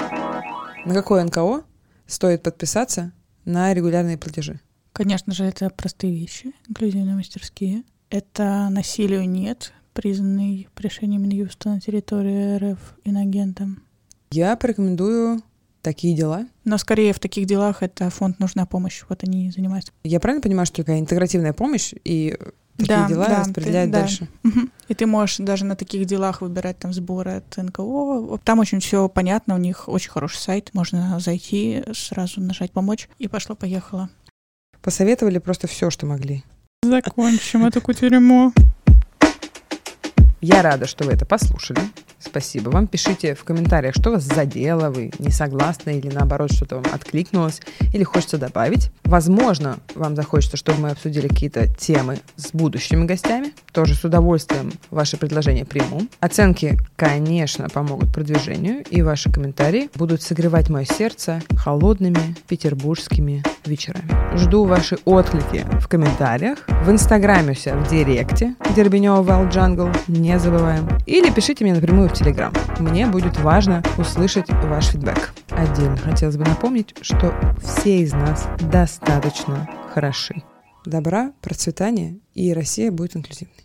На какое эн ка о стоит подписаться на регулярные платежи? Конечно же, это простые вещи, инклюзивные мастерские. Это насилию нет, признанный по решению Минюста на территории эр эф инагентом. Я порекомендую такие дела. Но скорее в таких делах это фонд «Нужна помощь». Вот они и занимаются. Я правильно понимаю, что такая интегративная помощь и такие да, дела да, распределяют ты, дальше? Да. Угу. И ты можешь даже на таких делах выбирать там сборы от эн ка о. Там очень все понятно, у них очень хороший сайт. Можно зайти, сразу нажать «Помочь» и пошло-поехало. Посоветовали просто все, что могли. Закончим эту кутерьму. Я рада, что вы это послушали. Спасибо вам. Пишите в комментариях, что вас задело, вы не согласны или наоборот что-то вам откликнулось или хочется добавить. Возможно, вам захочется, чтобы мы обсудили какие-то темы с будущими гостями. Тоже с удовольствием ваши предложения приму. Оценки, конечно, помогут продвижению, и ваши комментарии будут согревать мое сердце холодными петербургскими вечерами. Жду ваши отклики в комментариях, в инстаграме у себя в директе Дербенева Wild Jungle, не забываем. Или пишите мне напрямую в Телеграм. Мне будет важно услышать ваш фидбэк. Отдельно хотелось бы напомнить, что все из нас достаточно хороши. Добра, процветания, и Россия будет инклюзивной.